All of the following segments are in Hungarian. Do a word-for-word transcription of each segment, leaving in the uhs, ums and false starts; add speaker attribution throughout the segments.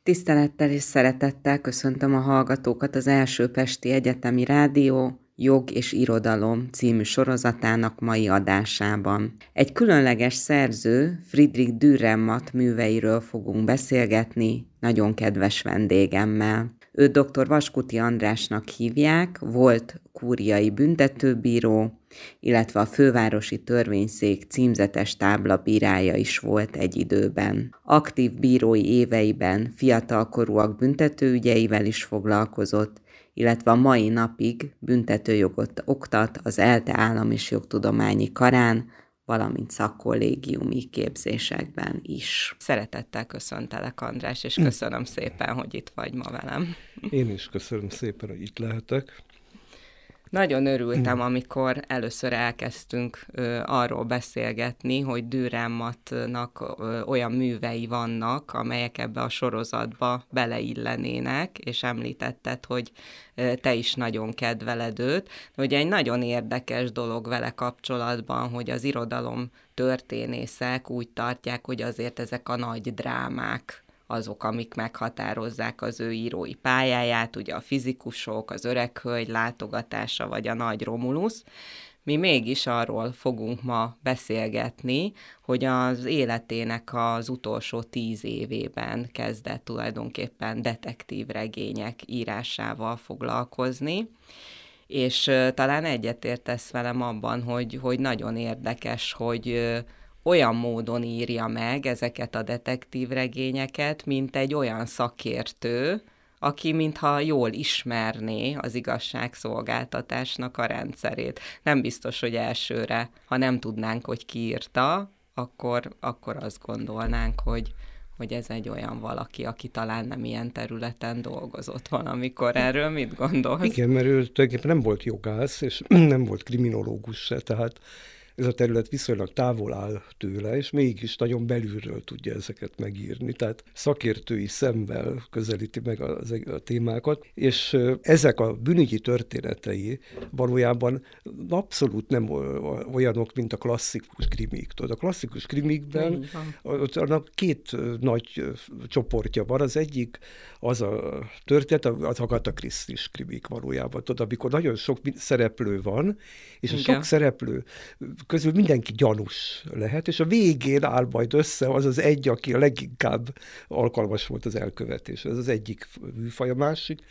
Speaker 1: Tisztelettel és szeretettel köszöntöm a hallgatókat az Első Pesti Egyetemi Rádió Jog és Irodalom című sorozatának mai adásában. Egy különleges szerző, Friedrich Dürrenmatt műveiről fogunk beszélgetni nagyon kedves vendégemmel. Őt dr. Vaskuti Andrásnak hívják, volt kúriai büntetőbíró, illetve a fővárosi törvényszék címzetes táblabírája is volt egy időben. Aktív bírói éveiben fiatalkorúak büntetőügyeivel is foglalkozott, illetve a mai napig büntetőjogot oktat az ELTE Állam- és Jogtudományi Karán, valamint szakkollégiumi képzésekben is. Szeretettel köszöntelek, András, és köszönöm szépen, hogy itt vagy ma velem.
Speaker 2: Én is köszönöm szépen, hogy itt lehetek.
Speaker 1: Nagyon örültem, amikor először elkezdtünk ö, arról beszélgetni, hogy Dürrenmattnak ö, olyan művei vannak, amelyek ebbe a sorozatba beleillenének, és említetted, hogy ö, te is nagyon kedveled őt. Hogy egy nagyon érdekes dolog vele kapcsolatban, hogy az irodalom történészek úgy tartják, hogy azért ezek a nagy drámák azok, amik meghatározzák az ő írói pályáját, ugye a fizikusok, az öreg hölgy látogatása, vagy a nagy Romulusz. Mi mégis arról fogunk ma beszélgetni, hogy az életének az utolsó tíz évében kezdett tulajdonképpen detektív regények írásával foglalkozni, és uh, talán egyetértesz velem abban, hogy, hogy nagyon érdekes, hogy uh, olyan módon írja meg ezeket a detektív regényeket, mint egy olyan szakértő, aki mintha jól ismerné az igazságszolgáltatásnak a rendszerét. Nem biztos, hogy elsőre, ha nem tudnánk, hogy ki írta, akkor, akkor azt gondolnánk, hogy, hogy ez egy olyan valaki, aki talán nem ilyen területen dolgozott valamikor. Erről mit gondolsz?
Speaker 2: Igen, mert ő tulajdonképpen nem volt jogász, és nem volt kriminológus se, tehát ez a terület viszonylag távol áll tőle, és mégis nagyon belülről tudja ezeket megírni. Tehát szakértői szemmel közelíti meg a, a témákat, és ezek a bűnügyi történetei valójában abszolút nem olyanok, mint a klasszikus krimik. Tudod, a klasszikus krimikben annak két nagy csoportja van. Az egyik az a történet, az Agatha Christie krimik valójában. Tudod, amikor nagyon sok szereplő van, és a
Speaker 1: Igen.
Speaker 2: sok szereplő közül mindenki gyanús lehet, és a végén áll majd össze az az egy, aki a leginkább alkalmas volt az elkövetésre. Ez az egyik műfaj. A másik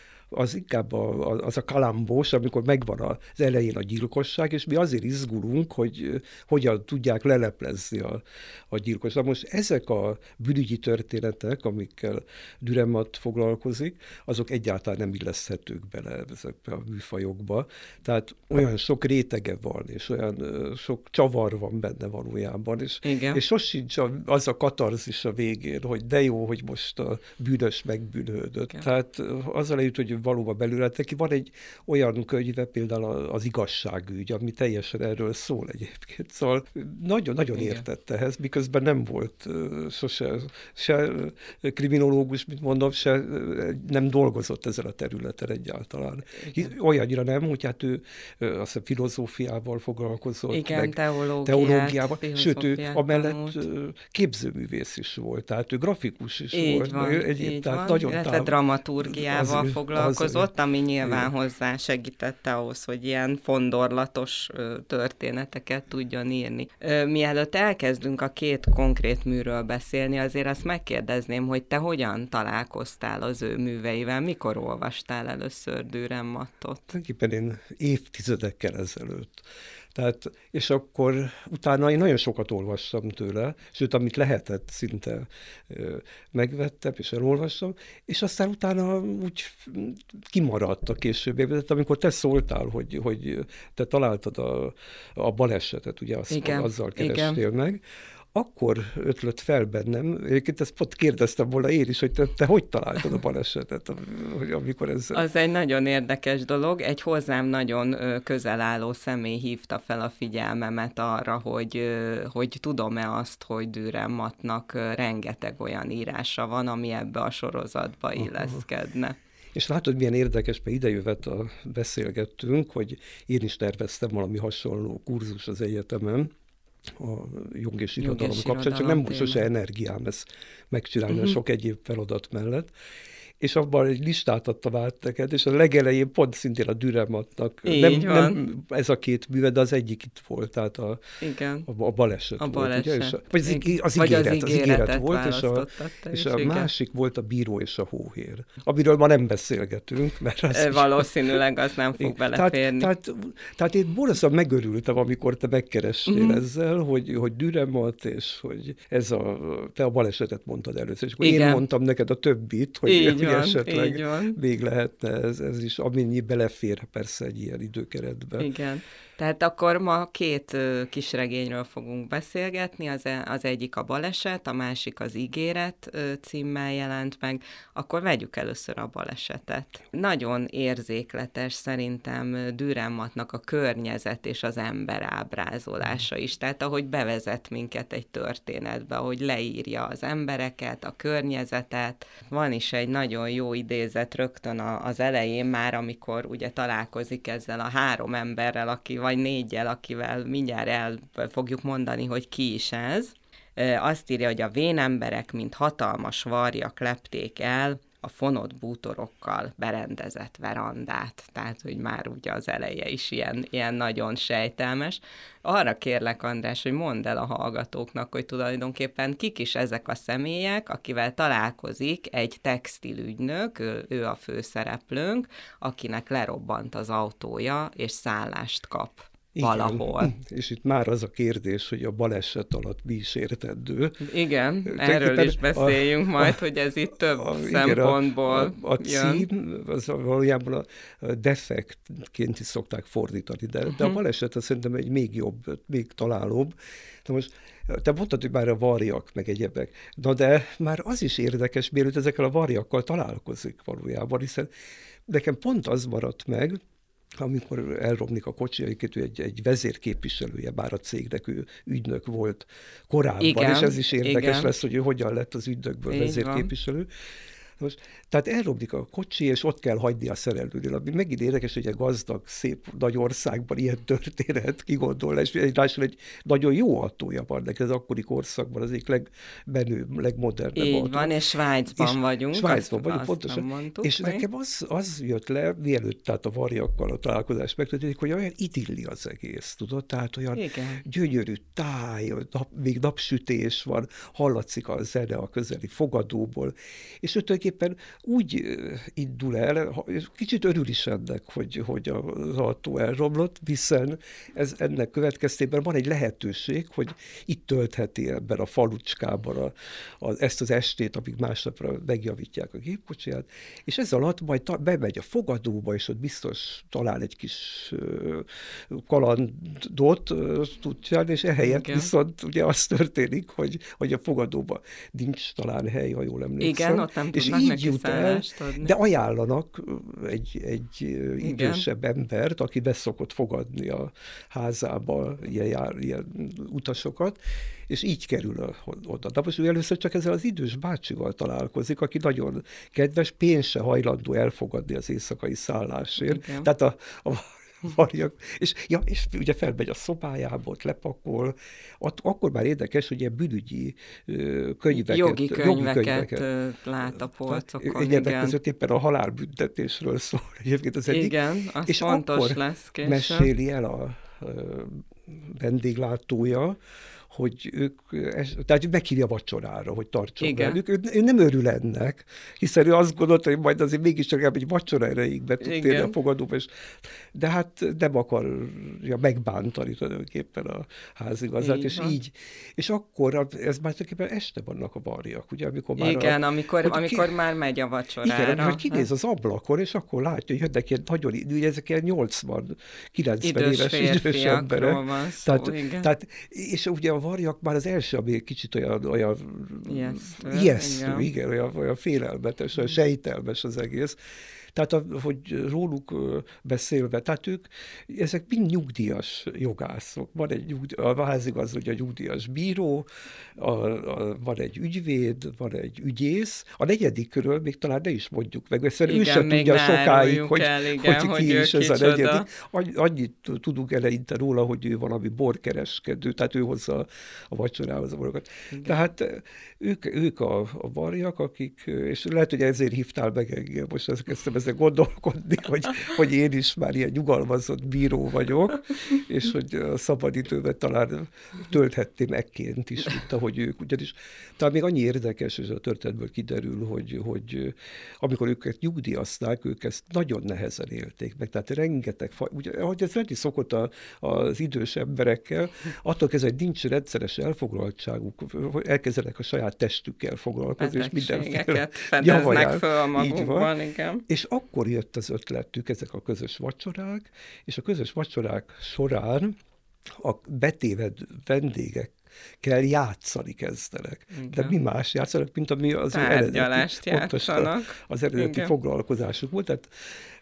Speaker 2: az inkább a, az a kalambós, amikor megvan az elején a gyilkosság, és mi azért izgulunk, hogy hogyan tudják leleplezni a, a gyilkosságot. Most ezek a bűnügyi történetek, amikkel Dürrenmatt foglalkozik, azok egyáltalán nem illeszthetők bele ezekbe a műfajokba. Tehát olyan sok rétege van, és olyan sok csavar van benne valójában, és, és sosincs az a katarzis a végén, hogy de jó, hogy most a bűnös megbűnhődött. Igen. Tehát az a hogy valóban belőle neki van egy olyan könyve, például az Igazságügy, ami teljesen erről szól egyébként. Szóval nagyon-nagyon értett ehhez, miközben nem volt uh, sose se kriminológus, mint mondom, se nem dolgozott ezen a területen egyáltalán. Olyannyira nem, hogy hát ő azt hiszem filozófiával foglalkozott,
Speaker 1: igen,
Speaker 2: meg teológiával, sőt, ő amellett képzőművész is volt, tehát ő grafikus is
Speaker 1: így
Speaker 2: volt.
Speaker 1: Van,
Speaker 2: egy,
Speaker 1: így
Speaker 2: tehát
Speaker 1: van,
Speaker 2: nagyon
Speaker 1: illetve
Speaker 2: táv...
Speaker 1: dramaturgiával az, foglalkozott, az, ami nyilván
Speaker 2: igen.
Speaker 1: hozzá segítette ahhoz, hogy ilyen fondorlatos ö, történeteket tudjon írni. Ö, mielőtt elkezdünk a két konkrét műről beszélni, azért azt megkérdezném, hogy te hogyan találkoztál az ő műveivel, mikor olvastál először Dürrenmattot?
Speaker 2: Tulajdonképpen én évtizedekkel ezelőtt. Tehát, és akkor utána én nagyon sokat olvastam tőle, sőt, amit lehetett, szinte ö, megvettem, és elolvastam, és aztán utána úgy kimaradt a későbbiekben, amikor te szóltál, hogy, hogy te találtad a, a balesetet, ugye azt, igen, azzal kerestél igen. meg, akkor ötlött fel bennem, egyébként ezt pont kérdeztem volna én is, hogy te, te hogy találtad a balesetet, amikor ez...
Speaker 1: Az egy nagyon érdekes dolog, egy hozzám nagyon közel álló személy hívta fel a figyelmemet arra, hogy, hogy tudom-e azt, hogy Dürrenmattnak rengeteg olyan írása van, ami ebbe a sorozatba illeszkedne. Uh-huh.
Speaker 2: És látod, milyen érdekes, mert idejövet a beszélgettünk, hogy én is terveztem valami hasonló kurzus az egyetemen, a jog és irodalom kapcsán, csak nem volt sose energiám ezt megcsinálni uh-huh. a sok egyéb feladat mellett. És abban egy listát adtam át neked, és a legelején pont szintén a Dürrenmattnak, nem, nem ez a két műve, de az egyik itt volt, tehát a,
Speaker 1: igen.
Speaker 2: a, a baleset
Speaker 1: a
Speaker 2: volt.
Speaker 1: baleset.
Speaker 2: Ugye? És a, vagy az, íg, az,
Speaker 1: vagy
Speaker 2: ígéret,
Speaker 1: az,
Speaker 2: az ígéret volt, és a, és a másik volt a Bíró és a hóhér, amiről ma nem beszélgetünk. Mert az
Speaker 1: valószínűleg az nem fog beleférni.
Speaker 2: Tehát, tehát, tehát én borzasztóan megörültem, amikor te megkerestél uh-huh. ezzel, hogy, hogy Dürrenmatt, és hogy ez a, te a balesetet mondtad először, és akkor én mondtam neked a többit, hogy
Speaker 1: így van,
Speaker 2: esetleg
Speaker 1: így van.
Speaker 2: még lehetne ez, ez is, amennyi belefér persze egy ilyen időkeretbe.
Speaker 1: Igen. Tehát akkor ma két ö, kisregényről fogunk beszélgetni, az, az egyik a Baleset, a másik az Ígéret ö, címmel jelent meg. Akkor vegyük először a Balesetet. Nagyon érzékletes szerintem Dürrenmattnak a környezet és az ember ábrázolása is. Tehát ahogy bevezet minket egy történetbe, ahogy leírja az embereket, a környezetet. Van is egy nagyon jó idézet rögtön a, az elején már, amikor ugye találkozik ezzel a három emberrel, aki vagy négyel, akivel mindjárt el fogjuk mondani, hogy ki is ez. Azt írja, hogy a vén emberek, mint hatalmas varjak lepték el a fonott bútorokkal berendezett verandát. Tehát, hogy már ugye az eleje is ilyen, ilyen nagyon sejtelmes. Arra kérlek, András, hogy mondd el a hallgatóknak, hogy tulajdonképpen kik is ezek a személyek, akivel találkozik egy textilügynök, ő, ő a főszereplőnk, akinek lerobbant az autója, és szállást kap. Igen. Valahol.
Speaker 2: És itt már az a kérdés, hogy a baleset alatt mi is értendő.
Speaker 1: Igen, Te erről is beszéljünk a, majd, a, hogy ez itt több a, szempontból
Speaker 2: igen, a, a, a cím, az valójában a, a defektként is szokták fordítani, de, uh-huh. de a baleset az szerintem egy még jobb, még találóbb. Na most, te mondtad, hogy már a varjak, meg egyebek. Na de már az is érdekes, mielőtt ezekkel a varjakkal találkozik valójában, hiszen nekem pont az maradt meg, amikor elromlik a kocsi, egy, egy vezérképviselője már a cégnek, ő ügynök volt korábban, igen, és ez is érdekes igen. lesz, hogy ő hogyan lett az ügynökből így vezérképviselő. Van. Most, tehát elromlik a kocsi, és ott kell hagyni a szerelőnél. Ami megint érdekes, hogy egy gazdag, szép, nagy országban ilyen történet kigondol, és egyáltalán egy nagyon jó autója van neki, az akkori korszakban az egyik legmenőbb, legmodernebb
Speaker 1: így
Speaker 2: autó.
Speaker 1: van, és Svájcban és vagyunk.
Speaker 2: Svájcban vagyunk, pontosan. És még. Nekem az, az jött le, mielőtt tehát a varjakkal a találkozás megtörténik, hogy olyan idilli az egész, tudod? Tehát olyan igen. gyönyörű táj, nap, még napsütés van, hallatszik a zene a közeli fogadóból, és tulajdonképpen úgy indul el, kicsit örül is ennek, hogy, hogy az autó elromlott, hiszen ez, ennek következtében van egy lehetőség, hogy itt töltheti ebben a falucskában a, a, ezt az estét, amíg másnapra megjavítják a gépkocsiját, és ez alatt majd ta, bemegy a fogadóba, és ott biztos talál egy kis uh, kalandot, uh, tud csinálni, és ehelyett igen. viszont ugye az történik, hogy, hogy a fogadóba nincs talán hely, ha jól emlékszem.
Speaker 1: Igen, ott nem
Speaker 2: és így jut el, de ajánlanak egy, egy idősebb embert, aki be szokott fogadni a házába ilyen, jár, ilyen utasokat, és így kerül a, oda. De most ő először csak ezzel az idős bácsival találkozik, aki nagyon kedves, pénzt se hajlandó elfogadni az éjszakai szállásért. Igen. Tehát a, a varjak, és, ja, és ugye felmegy a szobájába, ott lepakol. At, akkor már érdekes, hogy ilyen bűnügyi uh, könyveket,
Speaker 1: jogi könyveket,
Speaker 2: jogi könyveket
Speaker 1: lát a polcokon.
Speaker 2: Egyébként között éppen a halálbüntetésről szól egyébként az egyik.
Speaker 1: Igen, az
Speaker 2: és
Speaker 1: fontos lesz később.
Speaker 2: Meséli el a, a vendéglátója, hogy ők, tehát meghívja vacsorára, hogy tartson igen. velük. Ő, ő nem örül ennek, hiszen ő azt gondolta, hogy majd azért mégiscsak egy vacsora erejéig be tud térni a fogadóba, és, de hát nem akarja megbántani tulajdonképpen a házigazát, így és van. így. És akkor, ez már tulajdonképpen este vannak a varjak, ugye, amikor már
Speaker 1: igen,
Speaker 2: a,
Speaker 1: amikor, amikor ki, már megy a vacsorára.
Speaker 2: Igen, hogy kinéz az ablakon, és akkor látja, hogy jönnek ilyen nagyon, ugye ezek ilyen nyolcvan-kilencven éves idős emberek.
Speaker 1: Szó, tehát,
Speaker 2: tehát, és ugye a varjak már az első, ami kicsit olyan, olyan ijesztő, ijesztő igen. igen, olyan, olyan félelmetes, olyan sejtelmes az egész. Tehát, a, hogy róluk beszélve, tehát ők, ezek mind nyugdíjas jogászok. Van egy nyugdíj, a házigazda, hogy a nyugdíjas bíró, a, a, van egy ügyvéd, van egy ügyész. A negyedik körül még talán ne is mondjuk meg, mert ő sem tudja sokáig, hogy,
Speaker 1: el, igen,
Speaker 2: hogy ki
Speaker 1: hogy
Speaker 2: is ez a negyedik. Annyit tudunk eleinte róla, hogy ő valami borkereskedő, tehát ő hozza a vacsorához a borokat. Igen. Tehát ők, ők a, a varjak, akik, és lehet, hogy ezért hívtál meg engem, most ezt kezdtem ezzel gondolkodni, hogy, hogy én is már ilyen nyugalmazott bíró vagyok, és hogy a szabadidőben talán tölthetném ekként is, mint ahogy ők. Ugyanis talán még annyi érdekes, és a történetből kiderül, hogy, hogy amikor őket nyugdíjazták, ők ezt nagyon nehezen élték meg. Tehát rengeteg, ugye, ahogy ez lenni szokott a, az idős emberekkel, attól kezdve, hogy nincs rendszeres elfoglaltságuk, elkezdenek a saját testükkel foglalkozni, és mindenféle
Speaker 1: fedeznek föl magukban, igen.
Speaker 2: És akkor jött az ötletük, ezek a közös vacsorák, és a közös vacsorák során a betéved vendégek kell játszani kezdenek. Igen. De mi más játszanak, mint ami az
Speaker 1: eredeti, pontosan
Speaker 2: az eredeti Igen. foglalkozásuk volt. Tehát,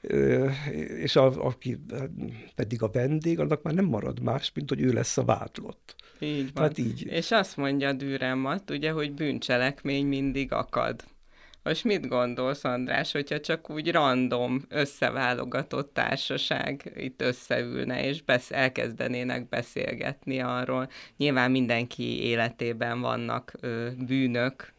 Speaker 2: és a, aki pedig a vendég, annak már nem marad más, mint hogy ő lesz a vádlott.
Speaker 1: Így van.
Speaker 2: Tehát így.
Speaker 1: És azt mondja Dürrenmatt, ugye, hogy bűncselekmény mindig akad. Most mit gondolsz, András, hogyha csak úgy random, összeválogatott társaság itt összeülne, és besz- elkezdenének beszélgetni arról? Nyilván mindenki életében vannak ö, bűnök,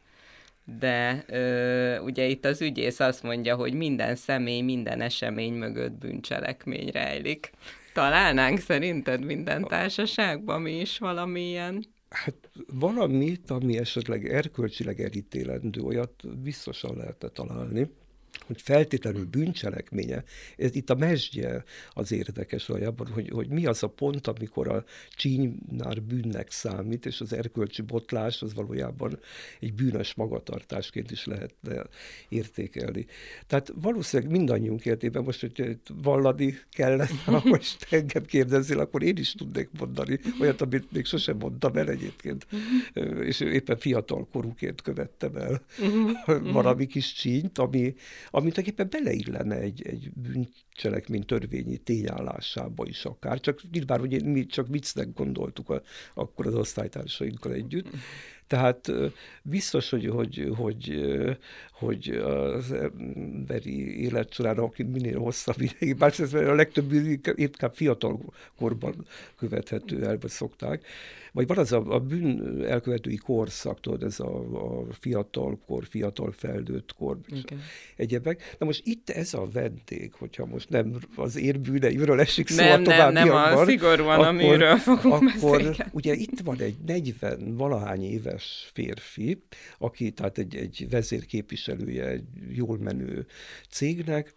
Speaker 1: de ö, ugye itt az ügyész azt mondja, hogy minden személy, minden esemény mögött bűncselekmény rejlik. Találnánk szerinted minden társaságban mi is valamilyen?
Speaker 2: Hát valamit, ami esetleg erkölcsileg elítélendő, olyat biztosan lehetne találni, hogy feltétlenül bűncselekménye. Ez itt a mesdje az érdekes olyabban, hogy, hogy mi az a pont, amikor a csíny már bűnnek számít, és az erkölcsi botlás az valójában egy bűnös magatartásként is lehetne értékelni. Tehát valószínűleg mindannyiunk életében most, hogyha vallani kellene, ha most engem kérdezzél, akkor én is tudnék mondani olyat, amit még sosem mondtam el egyébként, és éppen fiatal korúként követtem el valami kis csínyt, ami amit tulajdonképpen beleillene egy, egy bűncselekmény törvényi tényállásába is akár. Csak nyilván, hogy mi csak viccnek gondoltuk a, akkor az osztálytársainkkal együtt. Tehát biztos, hogy, hogy, hogy, hogy az emberi élet során, aki minél hosszabb ideig, bár ez a legtöbb inkább fiatal korban követhető el, vagy szokták. Vagy van az a, a bűn elkövetői korszak, tudod, ez a, a fiatalkor, fiatal felnőtt kor, egyebek. Na most itt ez a vendég, hogyha most nem az én bűneimről esik szó a továbbiakban.
Speaker 1: Nem, nem, a szigorúan, amiről fogunk
Speaker 2: akkor beszélgetni. Ugye itt van egy negyven valahány éves férfi, aki tehát egy, egy vezérképviselője egy jól menő cégnek,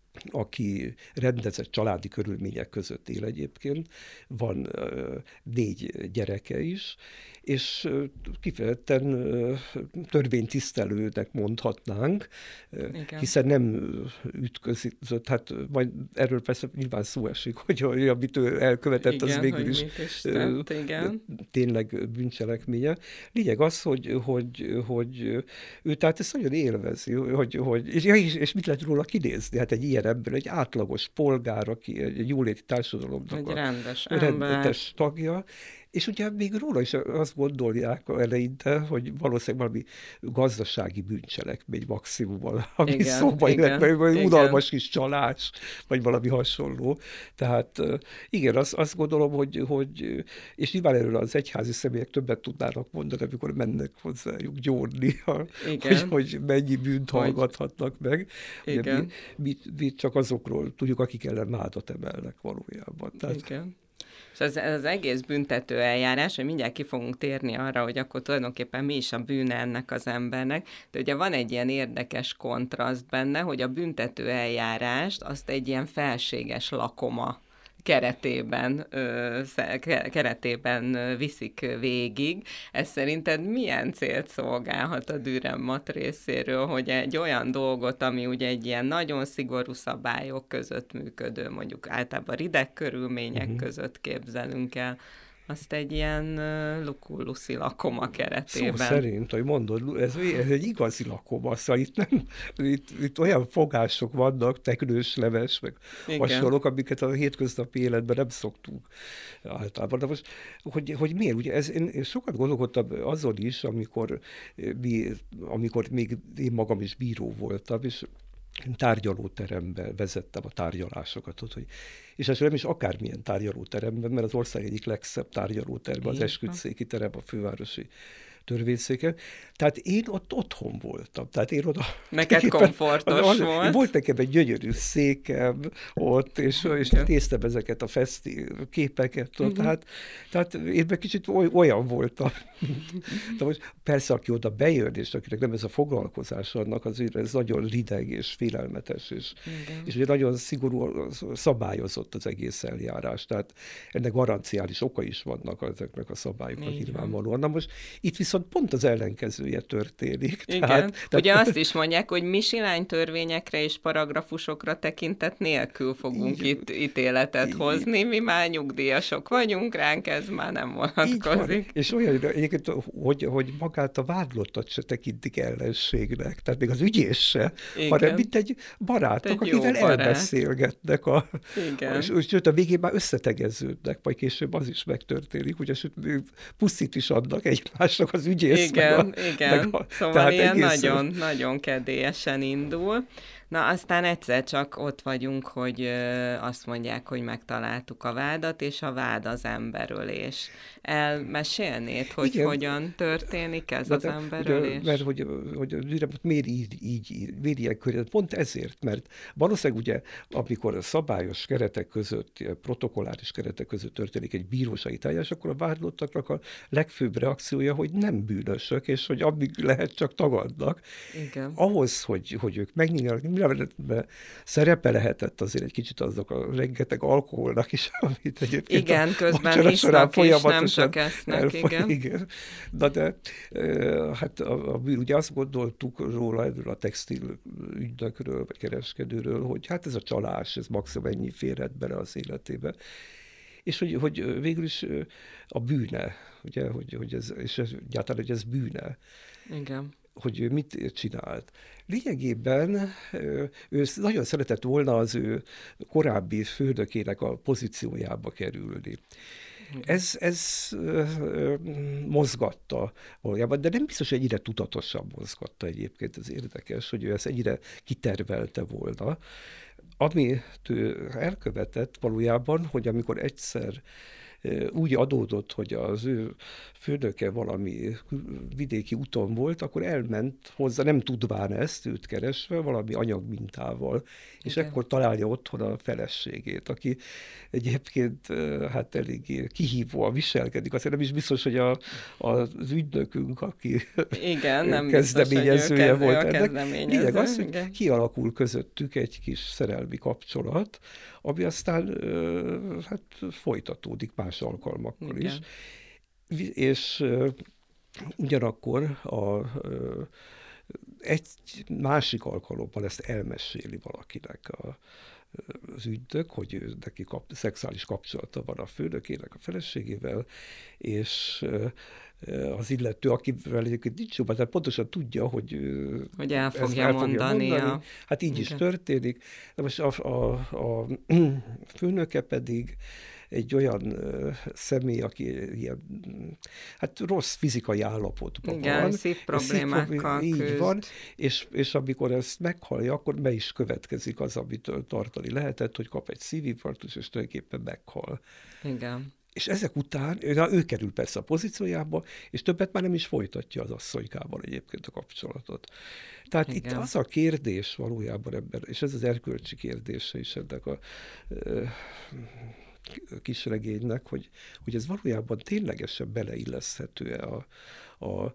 Speaker 2: aki rendezett családi körülmények között él egyébként, van uh, négy gyereke is, és uh, kifejezetten uh, törvénytisztelőnek mondhatnánk, uh, hiszen nem ütközik, hát majd erről persze nyilván szó esik, hogy amit ő elkövetett, igen, az végül is,
Speaker 1: is tett, uh, igen.
Speaker 2: tényleg bűncselekménye. Lényeg az, hogy, hogy, hogy ő tehát ezt nagyon élvezi, hogy, hogy, és, és, és mit lehet róla kinézni? Hát egy ilyen ember, egy átlagos polgár, aki egy jóléti társadalomnak
Speaker 1: egy
Speaker 2: a
Speaker 1: rendes,
Speaker 2: rendes tagja, és ugye még róla is azt gondolják eleinte, hogy valószínűleg valami gazdasági bűncselekmény maximum, ami igen, szóba jött, vagy unalmas kis csalás, vagy valami hasonló. Tehát igen, azt, azt gondolom, hogy, hogy, és nyilván erről az egyházi személyek többet tudnának mondani, amikor mennek hozzájuk gyónni, hogy, hogy mennyi bűnt hogy... hallgathatnak meg.
Speaker 1: Igen.
Speaker 2: Mi, mi, mi csak azokról tudjuk, akik ellen vádat emelnek valójában. Tehát,
Speaker 1: igen. És az, az egész büntető eljárás, hogy mindjárt ki fogunk térni arra, hogy akkor tulajdonképpen mi is a bűne ennek az embernek, de ugye van egy ilyen érdekes kontraszt benne, hogy a büntető eljárást azt egy ilyen felséges lakoma keretében, ö, keretében viszik végig. Ez szerinted milyen célt szolgálhat a Dürrenmatt részéről, hogy egy olyan dolgot, ami ugye egy ilyen nagyon szigorú szabályok között működő, mondjuk általában rideg körülmények uh-huh. között képzelünk el, azt egy ilyen uh, lukulluszi lakoma keretében.
Speaker 2: Szó szerint, hogy mondod, ez, ez egy igazi lakoma, szóval itt, nem, itt, itt olyan fogások vannak, teknős leves, meg igen. hasonlók, amiket a hétköznapi életben nem szoktunk általában. De most, hogy, hogy miért? Ugye ez, én, én sokat gondolkodtam azon is, amikor, mi, amikor még én magam is bíró voltam, és tárgyalóteremben vezettem a tárgyalásokat, hogy, és ez nem is akármilyen tárgyalóteremben, mert az ország egyik legszebb tárgyalóterem, az esküdtszéki terem, a fővárosi törvényszéken. Tehát én ott otthon voltam. Tehát én oda...
Speaker 1: Neked komfortos az, az, volt.
Speaker 2: Volt nekem egy gyönyörű székem ott, és, és néztem ezeket a feszti képeket ott. Uh-huh. Tehát, tehát én meg kicsit oly, olyan voltam. De most persze, aki oda bejön, és akinek nem ez a foglalkozás annak, azért ez nagyon rideg és félelmetes, és, és ugye nagyon szigorú szabályozott az egész eljárás. Tehát ennek garanciális oka is vannak ezeknek a szabályoknak nyilvánvalóan. Na most itt viszont pont az ellenkezője történik.
Speaker 1: Igen. Tehát, ugye tehát... azt is mondják, hogy mi silánytörvényekre és paragrafusokra tekintet nélkül fogunk igen. itt ítéletet igen. hozni, mi már nyugdíjasok vagyunk, ránk ez már nem vonatkozik.
Speaker 2: És olyan, hogy, hogy magát a vádlottat se tekintik ellenségnek, tehát még az ügyész se, igen. hanem mint egy barátok, egy akivel barát. elbeszélgetnek. A, és, és sőt, a végén már összetegeződnek, majd később az is megtörténik, ugye puszit is adnak egymásnak az ügyész.
Speaker 1: Igen,
Speaker 2: meg a,
Speaker 1: igen.
Speaker 2: meg a,
Speaker 1: szóval ilyen nagyon, nagyon kedélyesen indul. Na, aztán egyszer csak ott vagyunk, hogy ö, azt mondják, hogy megtaláltuk a vádat, és a vád az emberölés. Elmesélnéd, hogy igen. hogyan történik ez de, az emberölés?
Speaker 2: De, mert hogy, hogy, hogy miért így, így, miért ilyen körülött? Pont ezért, mert valószínűleg ugye, amikor a szabályos keretek között, protokolláris keretek között történik egy bírósági tárgyalás, akkor a vádlottaknak a legfőbb reakciója, hogy nem bűnösök, és hogy amíg lehet, csak tagadnak.
Speaker 1: Igen.
Speaker 2: Ahhoz, hogy, hogy ők megnyilvánulnak, szerepe lehetett azért egy kicsit azok a rengeteg alkoholnak is, amit egyébként
Speaker 1: igen, közben isznak és nem csak esznek, elfogy, igen. igen.
Speaker 2: Na de hát a, a, ugye azt gondoltuk róla, erről a textil ügynökről, vagy kereskedőről, hogy hát ez a csalás, ez maximum ennyi férhet bele az életébe. És hogy, hogy végül is a bűne, ugye, hogy, hogy ez, és egyáltalán, hogy ez bűne.
Speaker 1: Igen.
Speaker 2: Hogy ő mit csinált. Lényegében ő nagyon szeretett volna az ő korábbi főnökének a pozíciójába kerülni. Ez, ez mozgatta valójában, de nem biztos, hogy ennyire tudatosan mozgatta egyébként. Ez érdekes, hogy ő ezt ennyire kitervelte volna. Amit ő elkövetett valójában, hogy amikor egyszer úgy adódott, hogy az ő főnöke valami vidéki úton volt, akkor elment hozzá, nem tudván ezt, őt keresve, valami anyagmintával, és okay. ekkor találja otthon a feleségét, aki egyébként hát eléggé kihívóan viselkedik. Azért nem is biztos, hogy a, az ügynökünk, aki
Speaker 1: igen, nem
Speaker 2: kezdeményezője
Speaker 1: biztos,
Speaker 2: volt ennek. Lényeg az, hogy
Speaker 1: igen.
Speaker 2: kialakul közöttük egy kis szerelmi kapcsolat, ami aztán hát folytatódik más alkalmakkal igen. is. És ugyanakkor a, egy másik alkalommal ezt elmeséli valakinek a, az ügynök, hogy ő, neki kap, szexuális kapcsolata van a főnökének, a feleségével, és az illető, akivel egyébként nincs jobban, tehát pontosan tudja, hogy,
Speaker 1: hogy el fogja, el fogja mondani. mondani. A...
Speaker 2: Hát így igen. is történik. De most a, a, a főnöke pedig egy olyan uh, személy, aki ilyen, hát rossz fizikai állapotban
Speaker 1: igen,
Speaker 2: van.
Speaker 1: szívproblémákkal
Speaker 2: szív,
Speaker 1: küzd.
Speaker 2: Így van, és, és amikor ezt meghallja, akkor be is következik az, amitől tartani lehetett, hogy kap egy szívinfarktus, és tulajdonképpen meghal.
Speaker 1: Igen.
Speaker 2: És ezek után, na, ő kerül persze a pozíciójába, és többet már nem is folytatja az asszonykával egyébként a kapcsolatot. Tehát igen. itt az a kérdés valójában ebben, és ez az erkölcsi kérdése is ennek a uh, kisregénynek, hogy, hogy ez valójában ténylegesen beleilleszthető-e a, a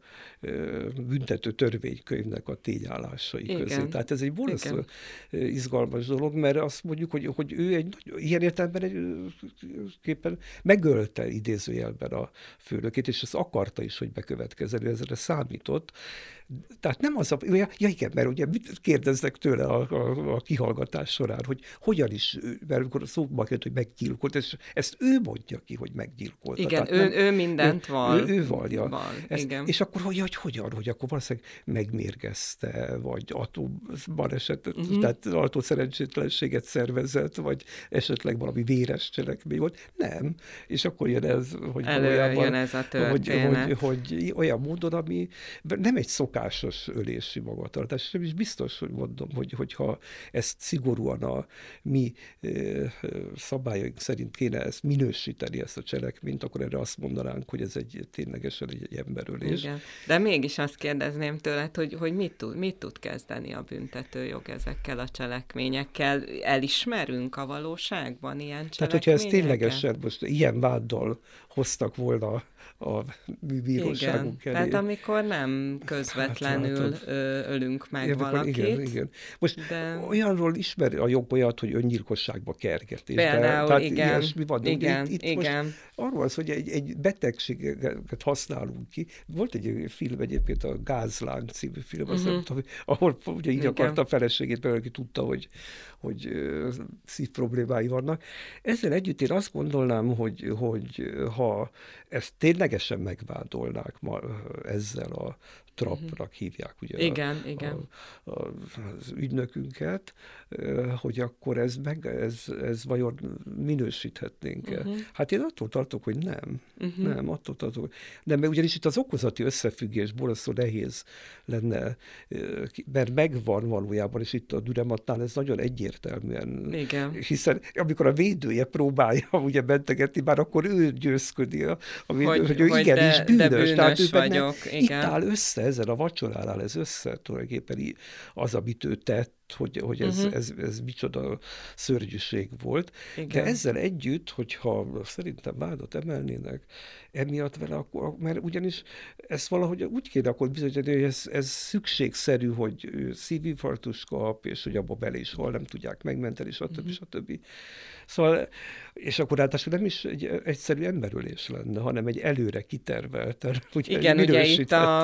Speaker 2: büntető törvénykönyvnek a tényállásai Igen. közé. Tehát ez egy borzasztó izgalmas dolog, mert azt mondjuk, hogy, hogy ő egy ilyen értelemben egy, képen megölte idézőjelben a főnökét, és ezt akarta is, hogy bekövetkezzen, ezre számított. Tehát nem az a... Ja, ja igen, mert ugye mit kérdeznek tőle a, a, a kihallgatás során, hogy hogyan is, mert amikor szóba került, hogy meggyilkolt, és ezt ő mondja ki, hogy meggyilkolta.
Speaker 1: Igen, ő, nem, ő mindent
Speaker 2: ő,
Speaker 1: val.
Speaker 2: Ő, ő valja.
Speaker 1: Val,
Speaker 2: ezt,
Speaker 1: igen.
Speaker 2: És akkor hogy, hogy hogyan, hogy akkor valószínűleg megmérgezte, vagy atombaleset, uh-huh. tehát autószerencsétlenséget szervezett, vagy esetleg valami véres cselekmény volt. Nem. És akkor jön ez, hogy
Speaker 1: Előjön ez a történet.
Speaker 2: Hogy, hogy, hogy olyan módon, ami nem egy szokásos ölési magatartás, és biztos, hogy mondom, hogy, hogyha ezt szigorúan a mi e, szabályaink szerint kéne ezt minősíteni, ezt a cselekményt, akkor erre azt mondanánk, hogy ez egy ténylegesen egy, egy emberölés.
Speaker 1: Igen. De mégis azt kérdezném tőled, hogy, hogy mit, tud, mit tud kezdeni a büntetőjog ezekkel a cselekményekkel? Elismerünk a valóságban ilyen cselekményeket?
Speaker 2: Tehát, hogyha ez ténylegesen most ilyen váddal hoztak volna a mi bíróságunk elé.
Speaker 1: Tehát amikor nem közvetlenül hát, ölünk meg igen, valakit. Igen, igen.
Speaker 2: Most de... olyanról ismer a jog olyat, hogy öngyilkosságba kergetés.
Speaker 1: Például,
Speaker 2: tehát
Speaker 1: igen.
Speaker 2: Ilyesmi van.
Speaker 1: Igen,
Speaker 2: itt, itt
Speaker 1: igen.
Speaker 2: Most arról az, hogy egy, egy betegséget használunk ki. Volt egy film egyébként, a Gázláng című film, uh-huh. azt nem, ahol ugye így igen. akarta a feleségét, mert aki tudta, hogy, hogy uh, szívproblémái vannak. Ezzel együtt én azt gondolnám, hogy, hogy ha ezt ténylegesen megvádolnák ma ezzel a Trappnak hívják ugye
Speaker 1: igen,
Speaker 2: a,
Speaker 1: igen.
Speaker 2: A, a, az ügynökünket, hogy akkor ez, meg, ez, ez vajon minősíthetnénk-e. Uh-huh. Hát én attól tartok, hogy nem. Uh-huh. Nem, attól tartok. Nem, mert ugyanis itt az okozati összefüggés borzasztó nehéz lenne, mert megvan valójában, és itt a Dürematnál ez nagyon egyértelműen.
Speaker 1: Igen.
Speaker 2: Hiszen amikor a védője próbálja ugye mentegetni, már akkor ő győzködi, a, a védő, hogy, hogy ő
Speaker 1: hogy
Speaker 2: igenis
Speaker 1: de,
Speaker 2: bűnös.
Speaker 1: De bűnös
Speaker 2: tehát ő
Speaker 1: vagyok.
Speaker 2: Benne, itt áll össze, ezen a vacsorán áll ez össze, tulajdonképpen az, amit ő tett, hogy, hogy ez, uh-huh. ez, ez micsoda szörnyűség volt. Igen. De ezzel együtt, hogyha szerintem vádat emelnének emiatt vele, akkor, mert ugyanis ezt valahogy úgy kéne akkor bizonyítani, hogy ez, ez szükségszerű, hogy ő szívinfarktus kap, és hogy abba bele is hal, nem tudják megmenteni, stb. Uh-huh. stb. Szóval, és akkor ráadásul nem is egy egyszerű emberölés lenne, hanem egy előre kitervelt.
Speaker 1: Ugye igen, ugye itt a,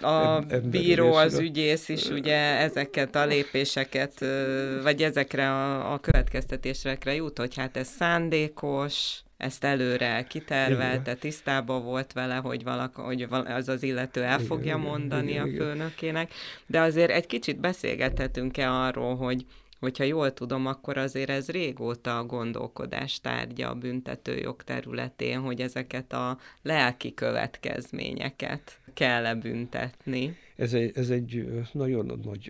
Speaker 1: a bíró, az ügyész is ugye ezeket a lépéseket, vagy ezekre a, a következtetésekre jut, hogy hát ez szándékos, ezt előre kitervelte, tisztában volt vele, hogy, valak, hogy az az illető el igen, fogja igen, mondani igen, a főnökének, de azért egy kicsit beszélgethetünk-e arról, hogy hogyha jól tudom, akkor azért ez régóta a gondolkodás tárgya a büntetőjog területén, hogy ezeket a lelki következményeket kell-e büntetni.
Speaker 2: Ez egy, ez egy nagyon nagy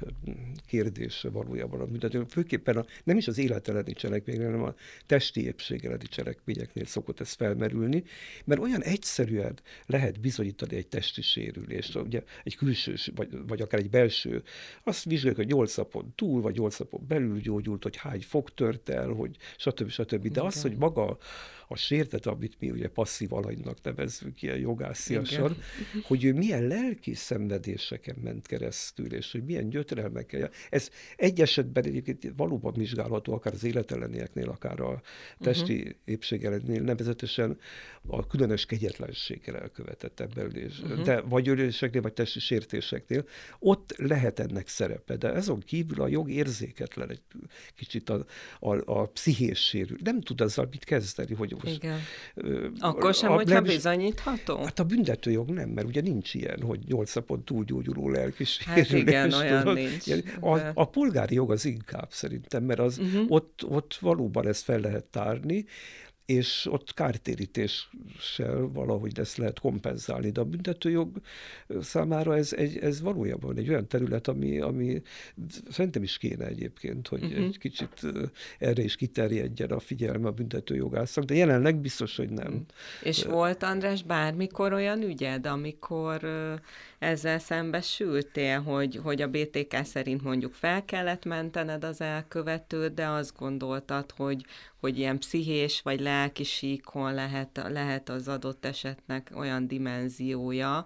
Speaker 2: kérdés valójában a büntető. Főképpen a, nem is az élet elleni cselekményeknél, hanem a testi épség elleni cselekményeknél szokott ez felmerülni, mert olyan egyszerűen lehet bizonyítani egy testi sérülést, ugye egy külső, vagy, vagy akár egy belső. Azt vizsgáljuk, hogy nyolc napon túl, vagy nyolc napon belül gyógyult, hogy hány fog tört el, hogy stb. stb. De az, hogy maga a sértet, amit mi ugye passzív alanynak nevezzük ilyen jogásziasan, hogy ő milyen lelki szenvedéseken ment keresztül, és hogy milyen gyötrelmekkel. Ez egy esetben egyébként valóban vizsgálható, akár az életellenieknél, akár a testi uh-huh. épség ellenél, nevezetesen a különös kegyetlenséggel elkövetett emberülés. Uh-huh. De vagy öléseknél, vagy testi sértéseknél, ott lehet ennek szerepe, de azon kívül a jog érzéketlen egy kicsit a, a, a pszichés sérül. Nem tud azzal mit kezdeni, hogy most...
Speaker 1: Igen. Ö, Akkor sem, a, hogyha nem, bizonyítható?
Speaker 2: Hát a büntetőjog nem, mert ugye nincs ilyen, hogy nyolc napon túlgyógyuló lelki
Speaker 1: sérülés. Hát igen, olyan tudod, nincs.
Speaker 2: A, a polgári jog az inkább szerintem, mert az, uh-huh. ott, ott valóban ezt fel lehet tárni, és ott kártérítéssel valahogy ezt lehet kompenzálni. De a büntetőjog számára ez, egy, ez valójában egy olyan terület, ami, ami szerintem is kéne egyébként, hogy uh-huh. egy kicsit erre is kiterjedjen a figyelme a büntetőjogásznak, de jelenleg biztos, hogy nem. Uh-huh.
Speaker 1: És volt, András, bármikor olyan ügyed, amikor ezzel szembesültél, hogy, hogy a bé té ká szerint mondjuk fel kellett mentened az elkövetőt, de azt gondoltad, hogy, hogy ilyen pszichés vagy lelki síkon lehet, lehet az adott esetnek olyan dimenziója,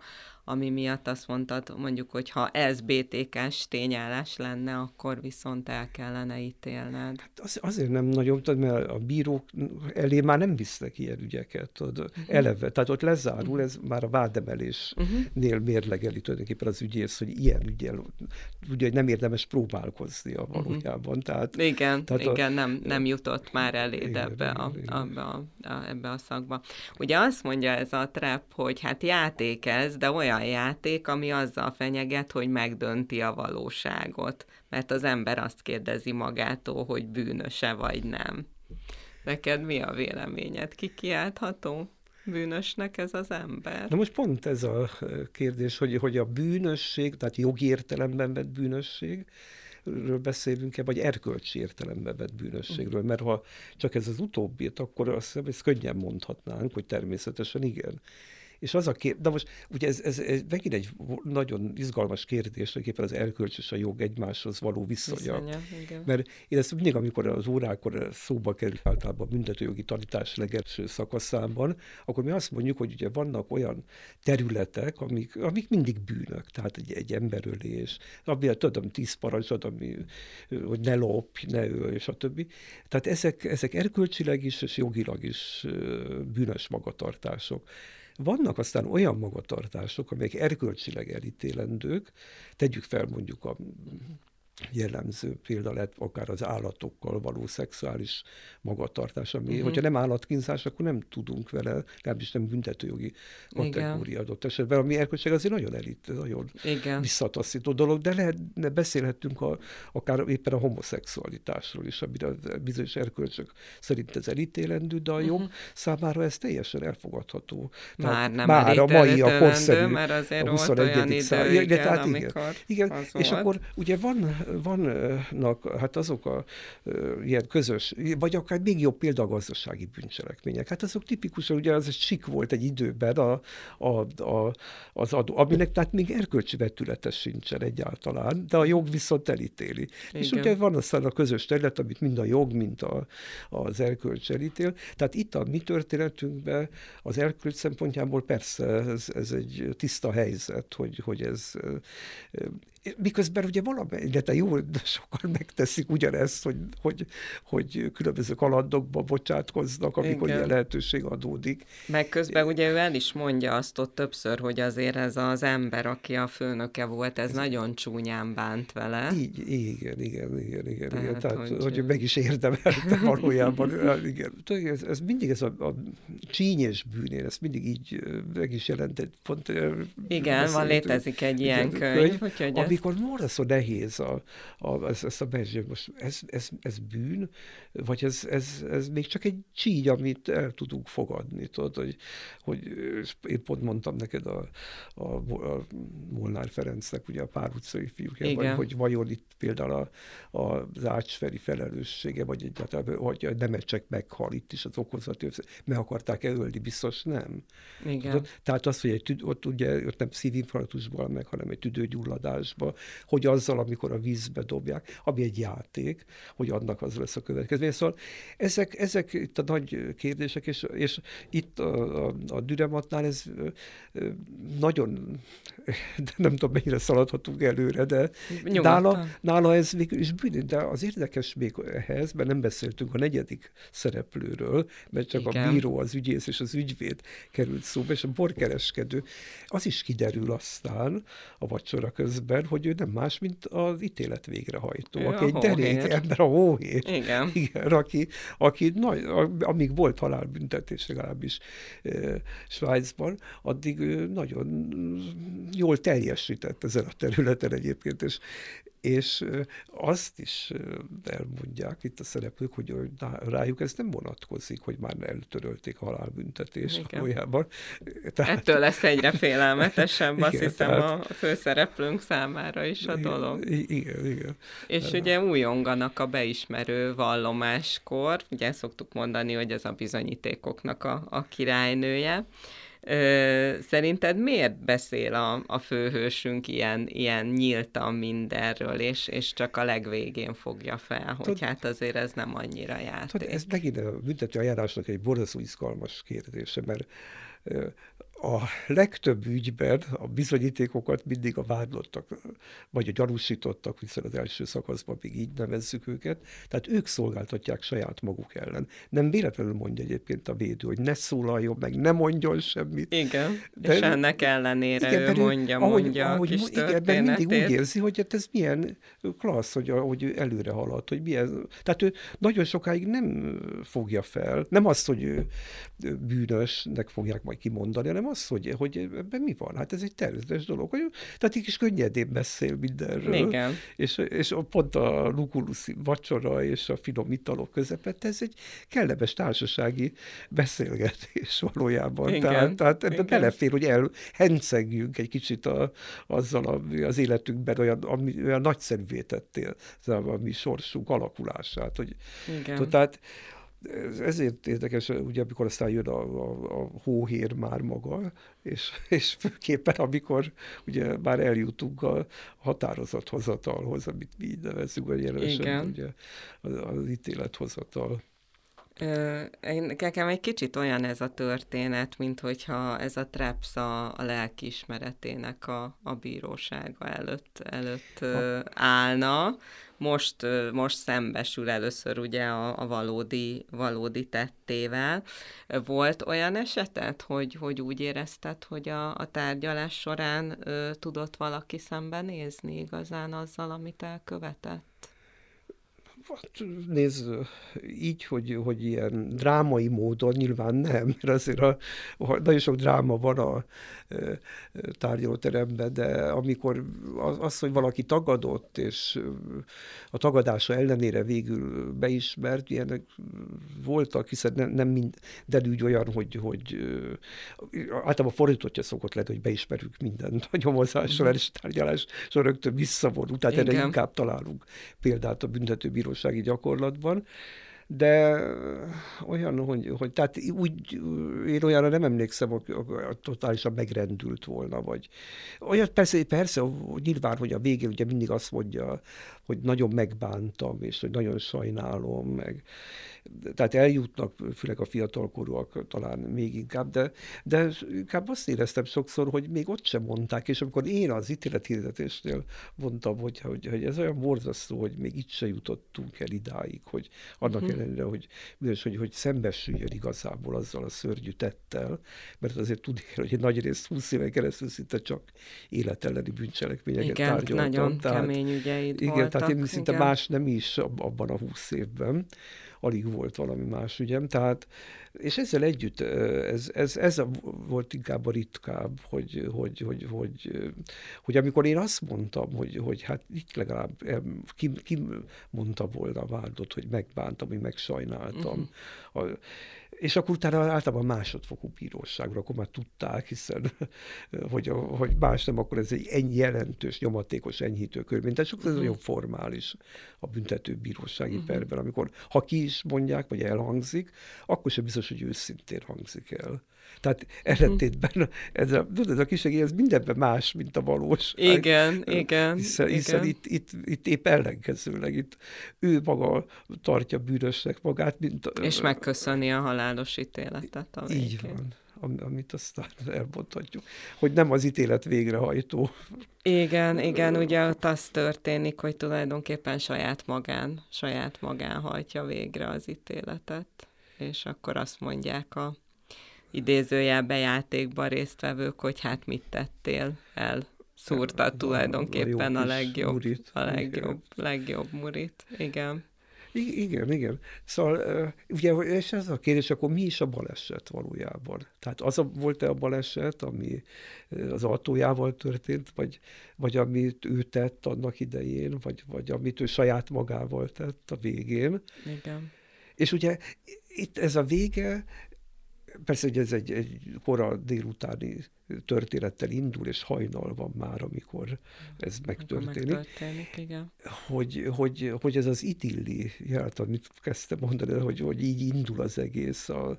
Speaker 1: ami miatt azt mondtad, mondjuk, hogy ha ez bé té ká-s tényállás lenne, akkor viszont el kellene ítélned.
Speaker 2: Hát az, azért nem nagyon, tudod, mert a bírók elé már nem visznek ilyen ügyeket, tudod, uh-huh. eleve. Tehát ott lezárul, uh-huh. ez már a vádemelésnél uh-huh. mérlegeli tulajdonképpen az ügyész, hogy ilyen ügyel, ugye nem érdemes próbálkozni a valójában. Tehát,
Speaker 1: igen,
Speaker 2: tehát
Speaker 1: igen,
Speaker 2: a,
Speaker 1: nem, nem jutott már eléd igen, ebbe, a, abbe a, a, ebbe a szakba. Ugye azt mondja ez a trap, hogy hát játék ez, de olyan játék, ami azzal fenyeget, hogy megdönti a valóságot. Mert az ember azt kérdezi magától, hogy bűnöse vagy nem. Neked mi a véleményed? Ki kiáltható bűnösnek ez az ember?
Speaker 2: Na most pont ez a kérdés, hogy, hogy a bűnösség, tehát jogi értelemben vett bűnösség, ről beszélünk-e, vagy erkölcsi értelemben vett bűnösségről, mert ha csak ez az utóbbit, akkor azt hiszem, ezt könnyen mondhatnánk, hogy természetesen igen. És az a kérdés, de most ugye ez, ez, ez megint egy nagyon izgalmas kérdés, tulajdonképpen az erkölcs és a jog egymáshoz való viszonya. Viszonya, mert én ezt mindig, amikor az órákon szóba kerül általában a büntetőjogi tanítás legelső szakaszában, akkor mi azt mondjuk, hogy ugye vannak olyan területek, amik, amik mindig bűnök, tehát egy, egy emberölés, ami, tudom, tíz parancsot, ami, hogy ne lopj, ne ölj, és a többi. Tehát ezek, ezek erkölcsileg is, és jogilag is bűnös magatartások. Vannak aztán olyan magatartások, amelyek erkölcsileg elítélendők, tegyük fel mondjuk a jellemző példa lett akár az állatokkal való szexuális magatartás, ami, uh-huh. hogyha nem állatkínzás, akkor nem tudunk vele, legalábbis nem büntetőjogi kategória adott esetben, ami erkölcség azért nagyon elit, nagyon igen. visszataszító dolog, de lehet, beszélhetünk a, akár éppen a homoszexualitásról is, amire bizonyos erkölcsök szerint ez elítélendő, de a jog uh-huh. számára ez teljesen elfogadható.
Speaker 1: Már
Speaker 2: tehát,
Speaker 1: nem
Speaker 2: már a mai, a korszerű,
Speaker 1: mert azért volt olyan idő, igen, igen, amikor
Speaker 2: igen, igen. És volt. Akkor ugye van vannak hát azok a uh, ilyen közös, vagy akár még jobb példa a gazdasági bűncselekmények. Hát azok tipikusan, ugye az egy sik volt egy időben a, a, a, az adó, aminek tehát még erkölcsi vetülete sincsen egyáltalán, de a jog viszont elítéli. Igen. És ugye van aztán a közös terület, amit mind a jog, mind a, az erkölcs elítél. Tehát itt a mi történetünkben az erkölcs szempontjából persze ez, ez egy tiszta helyzet, hogy, hogy ez miközben ugye valamely, de jó, de sokan megteszik ugyanezt, hogy, hogy, hogy különböző kalandokba bocsátkoznak, amikor ilyen lehetőség adódik.
Speaker 1: Meg közben ugye ő el is mondja azt ott többször, hogy azért ez az ember, aki a főnöke volt, ez, ez nagyon csúnyán bánt vele.
Speaker 2: Így, igen, igen, igen, igen. Tehát, igen. Tehát hogy, hogy meg is érdemelte valójában. Igen. Ez, ez mindig ez a, a csínyes bűnén, ezt mindig így meg is jelentett. Pont,
Speaker 1: igen, van, létezik egy ilyen igen, könyv, könyv
Speaker 2: amikor morra szó nehéz a, a, ezt, ezt a bezség, most ez, ez, ez bűn, vagy ez, ez, ez még csak egy csíny, amit el tudunk fogadni, tudod, hogy, hogy én pont mondtam neked a, a, a Molnár Ferencnek, ugye a Pár utcai fiúkjában, hogy vajon itt például a, a, az Ácsferi felelőssége, vagy egyáltalán, hogy a Nemecsek meghal itt is az okozati, meg akarták elölni, biztos nem.
Speaker 1: Igen.
Speaker 2: Tudod? Tehát az, hogy egy tüd, ott ugye ott nem szívinfarktusban meg, hanem egy tüdőgyulladásban, hogy azzal, amikor a vízbe dobják, ami egy játék, hogy annak az lesz a következmény. Szóval ezek, ezek itt a nagy kérdések, és, és itt a, a, a Dürematnál ez nagyon, de nem tudom, mennyire szaladhatunk előre, de nála, nála ez végül is bűn. De az érdekes még ehhez, mert nem beszéltünk a negyedik szereplőről, mert csak igen. a bíró, az ügyész és az ügyvéd került szóba, és a borkereskedő, az is kiderül aztán a vacsora közben, hogy ő nem más, mint az ítélet végrehajtó, ő aki egy derék ember, a hóhér.
Speaker 1: Igen.
Speaker 2: Igen, aki, aki nagy, amíg volt halálbüntetés legalábbis e, Svájcban, addig nagyon jól teljesített ezen a területen egyébként, és, és azt is elmondják itt a szereplők, hogy rájuk ez nem vonatkozik, hogy már eltörölték a halálbüntetést valójában.
Speaker 1: Tehát... Ettől lesz egyre félelmetesebb, azt igen, hiszem tehát... a főszereplőnk számára is a dolog.
Speaker 2: Igen, igen.
Speaker 1: És uh, ugye újonganak a beismerő vallomáskor, ugye szoktuk mondani, hogy ez a bizonyítékoknak a, a királynője. Ö, szerinted miért beszél a, a főhősünk ilyen, ilyen nyíltan mindenről, és, és csak a legvégén fogja fel, hogy Tud, hát azért ez nem annyira játék?
Speaker 2: Tud, ez megint a büntető eljárásnak egy borzasztó izgalmas kérdése, mert ö, A legtöbb ügyben a bizonyítékokat mindig a vádlottak, vagy a gyanúsítottak, hiszen az első szakaszban még így nevezzük őket, tehát ők szolgáltatják saját maguk ellen. Nem véletlenül mondja egyébként a védő, hogy ne szólaljon meg, ne mondjon semmit.
Speaker 1: Igen, de és ennek ellenére igen, ő mondja,
Speaker 2: ahogy,
Speaker 1: mondja
Speaker 2: ahogy,
Speaker 1: a kis
Speaker 2: igen,
Speaker 1: történetét.
Speaker 2: mindig úgy érzi, hogy hát ez milyen klassz, hogy, hogy ő előre halad, hogy milyen, tehát ő nagyon sokáig nem fogja fel, nem azt, hogy ő bűnösnek fogják majd kimondani, hanem azt, hogy, hogy ebben mi van. Hát ez egy természetes dolog. Hogy, tehát így is könnyedén beszél mindenről.
Speaker 1: Igen.
Speaker 2: És, és pont a lukuluszi vacsora és a finom italok közepette, ez egy kellemes társasági beszélgetés valójában.
Speaker 1: Igen.
Speaker 2: Tehát, tehát ebben
Speaker 1: Igen.
Speaker 2: belefér, hogy elhencegjünk egy kicsit a, azzal a, az életünkben olyan, ami, olyan nagyszerűvé tettél a mi sorsunk alakulását. Hogy,
Speaker 1: Igen.
Speaker 2: Tehát ezért érdekes, ugye, amikor aztán jön a, a, a hóhér már maga, és, és főképpen, amikor ugye már eljutunk a határozathozatalhoz, amit mi így nevezzük, vagy jelenesen ugye az, az ítélethozatal.
Speaker 1: Én, nekem egy kicsit olyan ez a történet, mint hogyha ez a Traps a, a lelkiismeretének a, a bírósága előtt, előtt ha. állna. Most, most szembesül először ugye a, a valódi, valódi tettével. Volt olyan esetet, hogy, hogy úgy érezted, hogy a, a tárgyalás során ö, tudott valaki szembenézni igazán azzal, amit elkövetett?
Speaker 2: Hát, nézd, így, hogy, hogy ilyen drámai módon nyilván nem, mert azért a, a, nagyon sok dráma van a e, tárgyalóteremben, de amikor az, az, hogy valaki tagadott, és a tagadása ellenére végül beismert, ilyenek voltak, hiszen nem, nem minden ügy olyan, hogy, hogy általában fordítottja szokott lenni, hogy beismerjük mindent a nyomozás során, és a tárgyalás során rögtön visszavonul, tehát erre inkább találunk példát a büntetőbírósági gyakorlatban, de olyan, hogy, hogy tehát úgy, én olyanra nem emlékszem, hogy totálisan megrendült volna, vagy olyan persze, persze, nyilván, hogy a végén ugye mindig azt mondja, hogy nagyon megbántam, és hogy nagyon sajnálom, meg tehát eljutnak, főleg a fiatalkorúak talán még inkább, de, de inkább azt éreztem sokszor, hogy még ott sem mondták, és amikor én az ítélethirdetésnél mondtam, hogy, hogy, hogy ez olyan borzasztó, hogy még itt se jutottunk el idáig, hogy annak uh-huh. ellenére, hogy, hogy, hogy szembesüljön igazából azzal a szörnyű tettel, mert azért tudni kell, hogy egy nagy részt húsz éven keresztül szinte csak életelleni bűncselekményeket
Speaker 1: igen,
Speaker 2: tárgyaltam.
Speaker 1: Nagyon
Speaker 2: tehát,
Speaker 1: kemény ügyeid
Speaker 2: igen,
Speaker 1: voltak.
Speaker 2: Tehát én szinte
Speaker 1: igen.
Speaker 2: más nem is abban a húsz évben. Alig volt valami más ügyem, tehát, és ezzel együtt ez, ez, ez a, volt inkább a ritkább, hogy, hogy, hogy, hogy, hogy amikor én azt mondtam, hogy, hogy hát itt legalább ki, ki mondta volna a vádot, hogy megbántam, hogy megsajnáltam. Uh-huh. A, és akkor utána általában másodfokú bíróságra, akkor már tudták, hiszen hogy, a, hogy más nem, akkor ez egy ennyi jelentős, nyomatékos enyhítő körülmény. Tehát sokszor ez uh-huh. nagyon formális a büntető bírósági uh-huh. perben, amikor ha ki is mondják, vagy elhangzik, akkor sem biztos, hogy őszintén hangzik el. Tehát ellentétben ez a, ez a kisegély, ez mindenben más, mint a valóság.
Speaker 1: Igen, igen.
Speaker 2: Hiszen,
Speaker 1: igen.
Speaker 2: hiszen itt, itt, itt épp ellenkezőleg, itt ő maga tartja bűnösnek magát, mint...
Speaker 1: És megköszöni a halálos ítéletet a végén.
Speaker 2: Így van, amit aztán elmondhatjuk, hogy nem az ítélet végrehajtó.
Speaker 1: Igen, igen, ugye ott az történik, hogy tulajdonképpen saját magán, saját magán hajtja végre az ítéletet, és akkor azt mondják a idézőjelben játékban résztvevők, hogy hát mit tettél el. Szúrtad a, tulajdonképpen a, a legjobb, murit. a legjobb, legjobb murit. Igen.
Speaker 2: I- igen, igen. Szóval, ugye, és ez a kérdés, akkor mi is a baleset valójában? Tehát az a, volt-e a baleset, ami az autójával történt, vagy, vagy amit ő tett annak idején, vagy, vagy amit ő saját magával tett a végén?
Speaker 1: Igen.
Speaker 2: És ugye itt ez a vége, persze, hogy ez egy, egy kora délutáni történettel indul, és hajnal van már, amikor ez megtörténik.
Speaker 1: megtörténik igen.
Speaker 2: Hogy, hogy, hogy ez az idilli jelenet, amit kezdtem mondani, hogy, hogy így indul az egész, a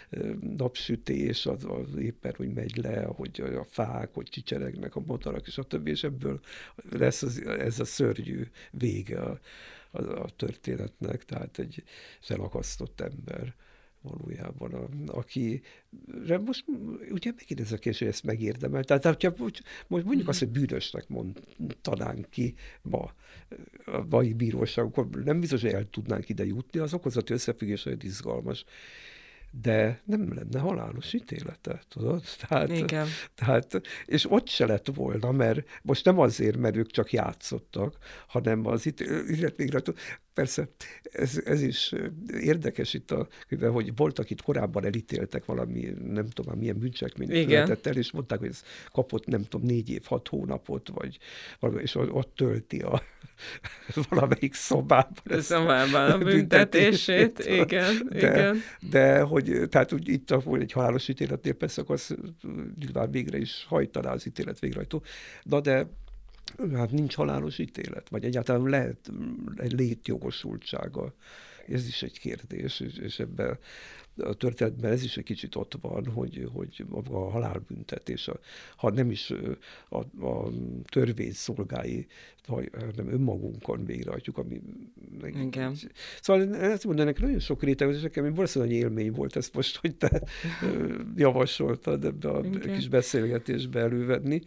Speaker 2: napsütés, az, az éppen, hogy megy le, hogy a fák, hogy csicseregnek a motorak, és a többi, és ebből lesz az, ez a szörnyű vége a, a, a történetnek, tehát egy felakasztott ember valójában, a, aki most ugye megint ez a kérdés, hogy ezt megérdemel. Tehát, hogyha most mondjuk azt, hogy bűnösnek mondanánk ki ma a mai bíróság, akkor nem biztos, hogy el tudnánk ide jutni, az okozati összefüggés olyan izgalmas. De nem lenne halálos ítélete, tudod? Tehát,
Speaker 1: Igen.
Speaker 2: Tehát, és ott se lett volna, mert most nem azért, mert ők csak játszottak, hanem az ítélete, persze ez, ez is érdekes itt a könyvben, hogy voltak itt korábban elítéltek valami, nem tudom, milyen bűncselekményt követett el, és mondták, hogy ez kapott, nem tudom, négy év, hat hónapot, vagy valami, és ott tölti a valamelyik szobában.
Speaker 1: Szobában a büntetését, igen,
Speaker 2: de,
Speaker 1: igen.
Speaker 2: De hogy, tehát úgy itt volt egy halálos ítéletnél, persze akkor az nyilván végre is hajtaná az ítélet végrehajtó. Na de hát nincs halálos ítélet, vagy egyáltalán lehet egy létjogosultsága. Ez is egy kérdés, és, és ebben a történetben ez is egy kicsit ott van, hogy, hogy a halálbüntetés, a, ha nem is a, a törvény szolgái, hanem önmagunkon végrehajtjuk, ami...
Speaker 1: Igen.
Speaker 2: Szóval ezt mondom, nekem nagyon sok réteg, és nekem valószínűleg nagy élmény volt ezt most, hogy te javasoltad ebbe a okay. kis beszélgetésbe elővenni.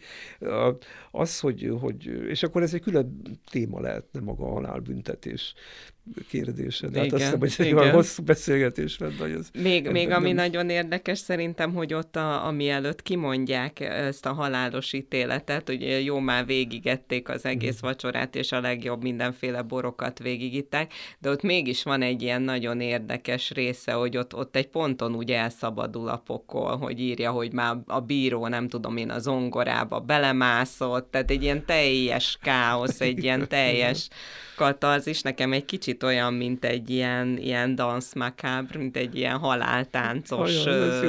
Speaker 2: Az, hogy, hogy... És akkor ez egy külön téma lehetne maga a halálbüntetés kérdése. De hát azt hiszem, hogy egy olyan hosszú beszélgetés lenne, hogy ez...
Speaker 1: Még, még ami nem... nagyon érdekes szerintem, hogy ott, a, ami előtt kimondják ezt a halálos ítéletet, hogy jó, már végigették az egész mm. vacsorát, és a legjobb mindenféle borokat végigitták, de ott mégis van egy ilyen nagyon érdekes része, hogy ott, ott egy ponton úgy elszabadul a pokol, hogy írja, hogy már a bíró, nem tudom én, a zongorába belemászott, tehát egy ilyen teljes káosz, egy ilyen teljes katarzis, nekem egy kicsit olyan, mint egy ilyen, ilyen dance macabre, mint egy ilyen haláltáncos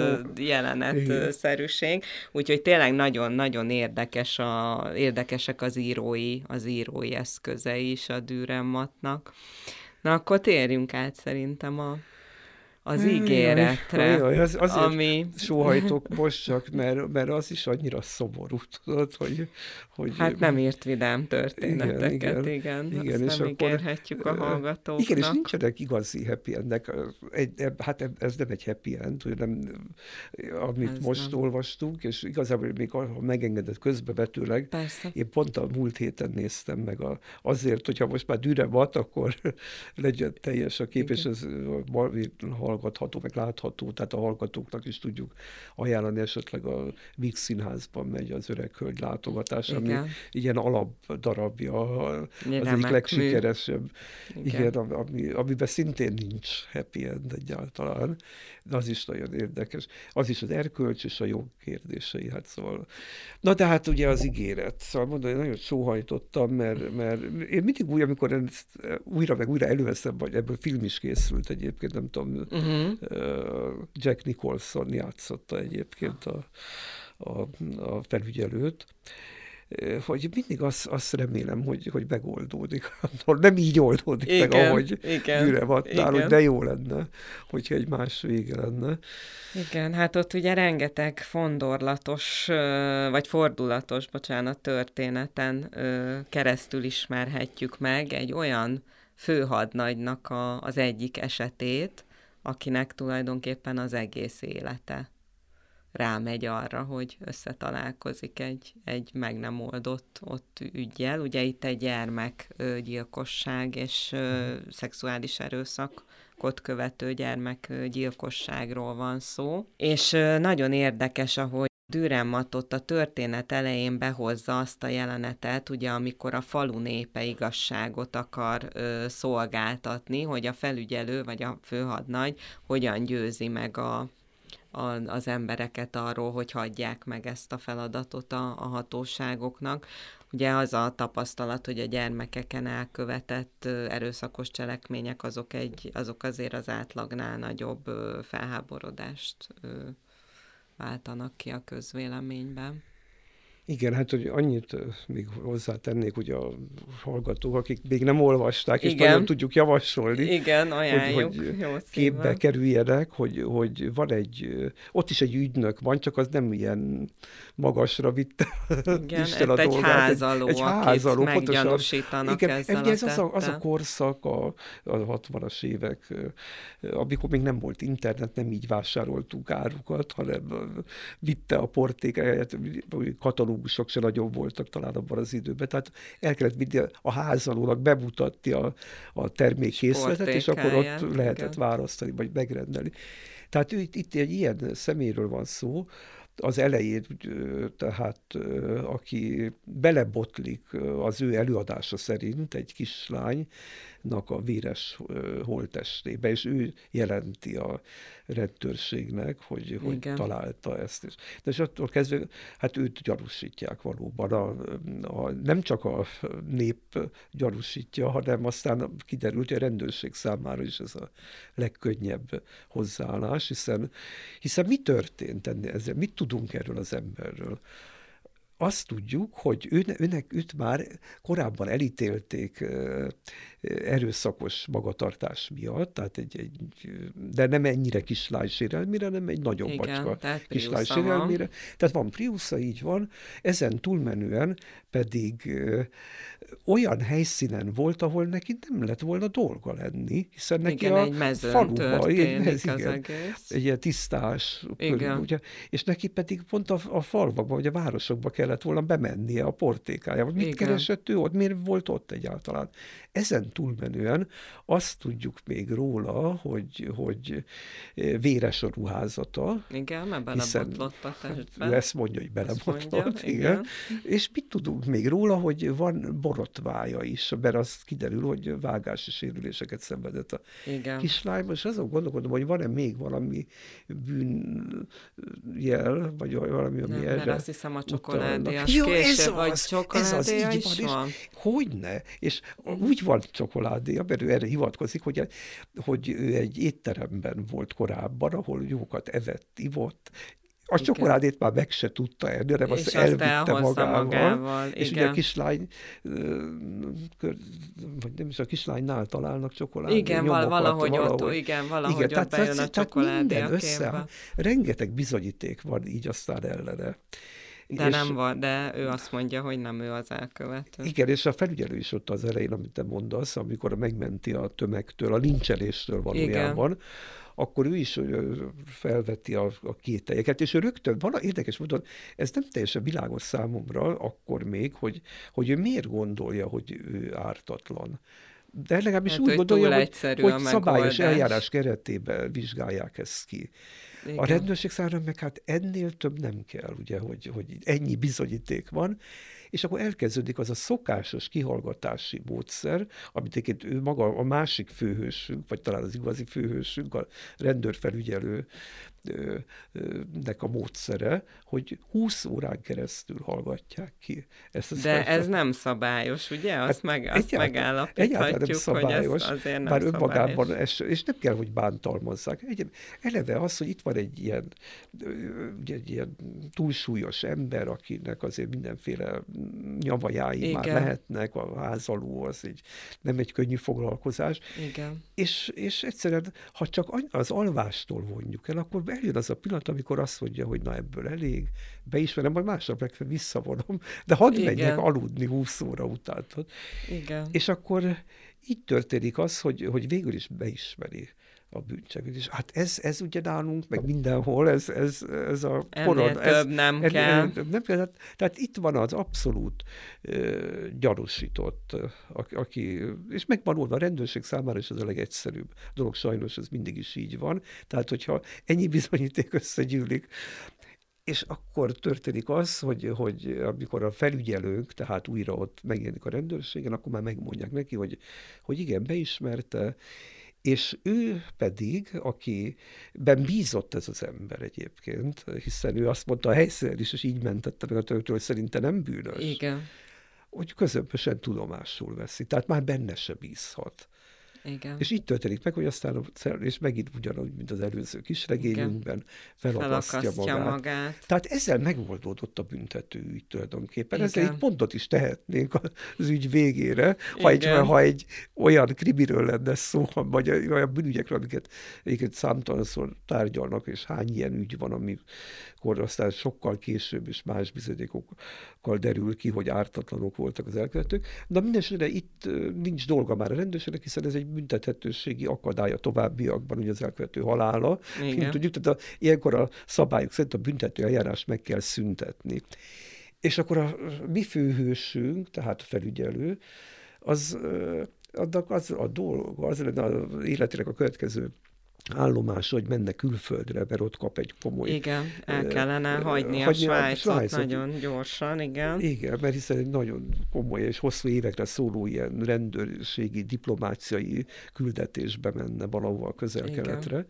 Speaker 1: jelenetszerűség. Úgyhogy tényleg nagyon-nagyon érdekes a, érdekesek az írói, az írói eszközei is a Dürrenmattnak. Na, akkor térjünk át szerintem a az ígéretre,
Speaker 2: jaj, az, azért
Speaker 1: ami...
Speaker 2: sóhajtok most csak, mert, mert az is annyira szomorú, tudod, hogy... hogy
Speaker 1: hát nem írt vidám történeteket,
Speaker 2: igen.
Speaker 1: igen, igen.
Speaker 2: igen
Speaker 1: Azt nem ígérhetjük a hallgatóknak.
Speaker 2: Igen, és nincsenek igazi happy endnek. Egy, hát ez nem egy happy end, hogy nem, amit ez most nem. olvastunk, és igazából még ha megengedett közbevetőleg, persze. Én pont a múlt héten néztem meg a, azért, hogyha most már Dürrenmatt, akkor legyen teljes a kép, igen. És ez hallgatható, meg látható, tehát a hallgatóknak is tudjuk ajánlani, esetleg a Víg Színházban megy az Öreg Hölgy látogatás, igen. Ami ilyen alapdarabja, az egyik legsikeresebb, igen. Igen, ami, amiben szintén nincs happy end egyáltalán, de az is nagyon érdekes. Az is az erkölcs és a jog kérdései, hát szóval. Na de hát ugye az ígéret, szóval mondom, én nagyon sóhajtottam, mert, mert én mindig úgy, amikor ezt újra meg újra előveszem, vagy ebből film is készült egyébként, nem tudom, uh-huh. Jack Nicholson játszotta egyébként a, a, a felügyelőt, hogy mindig azt, azt remélem, hogy, hogy megoldódik. Nem így oldódik igen, meg, ahogy Dürrenmattnál, hogy de jó lenne, hogyha egy más vége lenne.
Speaker 1: Igen, hát ott ugye rengeteg fondorlatos, vagy fordulatos, bocsánat, történeten keresztül ismerhetjük meg egy olyan főhadnagynak a, az egyik esetét, akinek tulajdonképpen az egész élete rámegy arra, hogy összetalálkozik egy, egy meg nem oldott ott üggyel. Ugye itt egy gyermekgyilkosság és ö, szexuális erőszakot követő gyermekgyilkosságról van szó. És ö, nagyon érdekes, ahogy Dürrenmatt ott a történet elején behozza azt a jelenetet, ugye amikor a falu népe igazságot akar ö, szolgáltatni, hogy a felügyelő vagy a főhadnagy hogyan győzi meg a az embereket arról, hogy hagyják meg ezt a feladatot a, a hatóságoknak. Ugye az a tapasztalat, hogy a gyermekeken elkövetett erőszakos cselekmények, azok, egy, azok azért az átlagnál nagyobb felháborodást váltanak ki a közvéleményben.
Speaker 2: Igen, hát hogy annyit még hozzátennék, hogy a hallgatók, akik még nem olvasták, és
Speaker 1: Igen.
Speaker 2: nagyon tudjuk javasolni,
Speaker 1: Igen, ajánljuk,
Speaker 2: hogy, hogy
Speaker 1: jó
Speaker 2: képbe
Speaker 1: szívvel.
Speaker 2: kerüljenek, hogy, hogy van egy, ott is egy ügynök van, csak az nem ilyen magasra vitte
Speaker 1: Igen,
Speaker 2: Isten a
Speaker 1: egy
Speaker 2: dolgát.
Speaker 1: házaló,
Speaker 2: egy, egy házaló,
Speaker 1: akit
Speaker 2: pontosan.
Speaker 1: meggyanúsítanak
Speaker 2: Igen,
Speaker 1: ezzel
Speaker 2: ugye ez
Speaker 1: a
Speaker 2: az a, az a
Speaker 1: tettel.
Speaker 2: korszak, a, a hatvanas évek, amikor még nem volt internet, nem így vásároltunk árukat, hanem vitte a portékáját, katalógusok se nagyon voltak talán abban az időben. Tehát el kellett vinni a házalónak bemutatni a, a termékkészletet, és akkor ott lehetett igen. választani, vagy megrendelni. Tehát itt, itt egy ilyen személyről van szó, az elején, tehát aki belebotlik az ő előadása szerint egy kislánynak a véres holttestébe, és ő jelenti a rendőrségnek, hogy, hogy találta ezt. És, de és attól kezdve, hát őt gyanúsítják valóban. A, a, nem csak a nép gyanúsítja, hanem aztán kiderült, hogy a rendőrség számára is ez a legkönnyebb hozzáállás, hiszen, hiszen mi történt ezzel? Mit tudunk erről az emberről? Azt tudjuk, hogy őne, őnek, őt már korábban elítélték erőszakos magatartás miatt, tehát egy, egy, de nem ennyire kislány sérelmére, hanem egy nagyobb
Speaker 1: igen,
Speaker 2: bacska kislány sérelmére. Tehát van Priusza, így van, ezen túlmenően pedig ö, olyan helyszínen volt, ahol neki nem lett volna dolga lenni, hiszen neki
Speaker 1: igen,
Speaker 2: a
Speaker 1: egy mezőn
Speaker 2: faluba, egy,
Speaker 1: mez,
Speaker 2: igen,
Speaker 1: az egész.
Speaker 2: egy ilyen tisztás körül, ugye, és neki pedig pont a, a falvakba, vagy a városokba kellett volna bemennie a portékájába. Mit igen. keresett ő ott? Miért volt ott egyáltalán? Ezen túlmenően azt tudjuk még róla, hogy, hogy véres a ruházata.
Speaker 1: Igen, mert belebotlott a testbe.
Speaker 2: Ő ezt mondja, hogy belebotlott. Igen. igen. És mit tudunk még róla, hogy van borotvája is, mert az kiderül, hogy vágási sérüléseket szenvedett a igen. kislány. Most azon gondolkodom, hogy van-e még valami bűnjel, vagy valami, ami
Speaker 1: nem,
Speaker 2: erre
Speaker 1: mert azt hiszem a csokoládéjas
Speaker 2: jó,
Speaker 1: később,
Speaker 2: ez
Speaker 1: vagy
Speaker 2: az,
Speaker 1: csokoládéja
Speaker 2: ez az,
Speaker 1: is
Speaker 2: van,
Speaker 1: van.
Speaker 2: És hogyne? És úgy van csokoládéja, mert ő erre hivatkozik, hogy, hogy ő egy étteremben volt korábban, ahol jókat evett, ivott, a igen. csokoládét már meg se tudta enni, hanem azt elvitte magával. magával. És igen. ugye a kislány, vagy nem is a kislánynál találnak csokoládé
Speaker 1: igen,
Speaker 2: nyomokat,
Speaker 1: valahogy, valahogy ott, igen, valahogy igen, ott bejön a csokoládé a képbe.
Speaker 2: Rengeteg bizonyíték van így aztán ellene.
Speaker 1: De és, nem van, de ő azt mondja, hogy nem ő az elkövető.
Speaker 2: Igen, és a felügyelő is ott az elején, amit te mondasz, amikor megmenti a tömegtől, a lincseléstől valójában, igen. akkor ő is felveti a, a kételyeket, és ő rögtön, van érdekes módon, ez nem teljesen világos számomra akkor még, hogy, hogy ő miért gondolja, hogy ő ártatlan. De legalábbis hát, úgy gondolja, hogy, hogy szabályos eljárás keretében vizsgálják ezt ki. Igen. A rendőrség számára meg hát ennél több nem kell, ugye, hogy, hogy ennyi bizonyíték van, és akkor elkezdődik az a szokásos kihallgatási módszer, amit egyébként ő maga a másik főhősünk, vagy talán az igazi főhősünk, a rendőrfelügyelő nek a módszere, hogy húsz órán keresztül hallgatják ki ezt az.
Speaker 1: De ez felfel... nem szabályos, ugye? Azt, hát meg, azt egyáltalán, megállapíthatjuk, nem szabályos, hogy ez azért nem
Speaker 2: bár
Speaker 1: szabályos.
Speaker 2: önmagában, es, és nem kell, hogy bántalmazzák. Egy, eleve az, hogy itt van egy ilyen, egy ilyen túlsúlyos ember, akinek azért mindenféle nyavajái igen. már lehetnek, a házaló az egy, nem egy könnyű foglalkozás.
Speaker 1: Igen.
Speaker 2: És, és egyszerűen, ha csak az alvástól vonjuk el, akkor eljön az a pillanat, amikor azt mondja, hogy na ebből elég, beismerem, majd másnap legfeljebb visszavonom, de hadd igen. menjek aludni húsz óra után.
Speaker 1: Igen.
Speaker 2: És akkor így történik az, hogy, hogy végül is beismeri a bűncselekményt. Hát ez, ez ugye nálunk, meg mindenhol, ez, ez, ez a
Speaker 1: koron. Ez, több nem ez, kell.
Speaker 2: Ez, nem kell. Tehát, tehát itt van az abszolút uh, gyanúsított, aki, és megvan oldva a rendőrség számára is az a legegyszerűbb dolog, sajnos ez mindig is így van. Tehát, hogyha ennyi bizonyíték összegyűlik, és akkor történik az, hogy, hogy amikor a felügyelők, tehát újra ott megjelenik a rendőrségen, akkor már megmondják neki, hogy, hogy igen, beismerte, és ő pedig, akiben bízott ez az ember egyébként, hiszen ő azt mondta a helyszínen is, és így mentette meg a töröktől, hogy szerinte nem bűnös.
Speaker 1: Igen.
Speaker 2: Hogy közömbösen tudomásul veszi. Tehát már benne se bízhat.
Speaker 1: Igen.
Speaker 2: És így történik meg, hogy aztán, a, és megint ugyanúgy, mint az előző kisregényünkben, felakasztja, felakasztja magát. magát. Tehát ezzel megoldódott a büntető ügy tulajdonképpen. Igen. Ezzel így pontot is tehetnénk az ügy végére, ha egy, ha egy olyan krimiről lenne szó, vagy olyan bűnügyekről, amiket egyébként számtalanszor tárgyalnak, és hány ilyen ügy van, amikor aztán sokkal később is más bizonyítékokkal derül ki, hogy ártatlanok voltak az elkövetők. De mindenesetre itt nincs dolga már a rendőrségnek, hiszen ez egy büntethetőségi akadály a továbbiakban, ugye az elkövető halála. Mint tudjuk, tehát a, ilyenkor a szabályok szerint a büntető eljárás meg kell szüntetni. És akkor a mi főhősünk, tehát a felügyelő, az, annak az a dolga, az lenne az életének a következő állomás, hogy menne külföldre, mert ott kap egy komoly...
Speaker 1: Igen, el kellene uh, hagyni, hagyni a Svájcot, a Svájcot nagyon gyorsan, igen.
Speaker 2: Igen, mert hiszen egy nagyon komoly és hosszú évekre szóló ilyen rendőrségi, diplomáciai küldetésbe menne valahova a Közel-Keletre.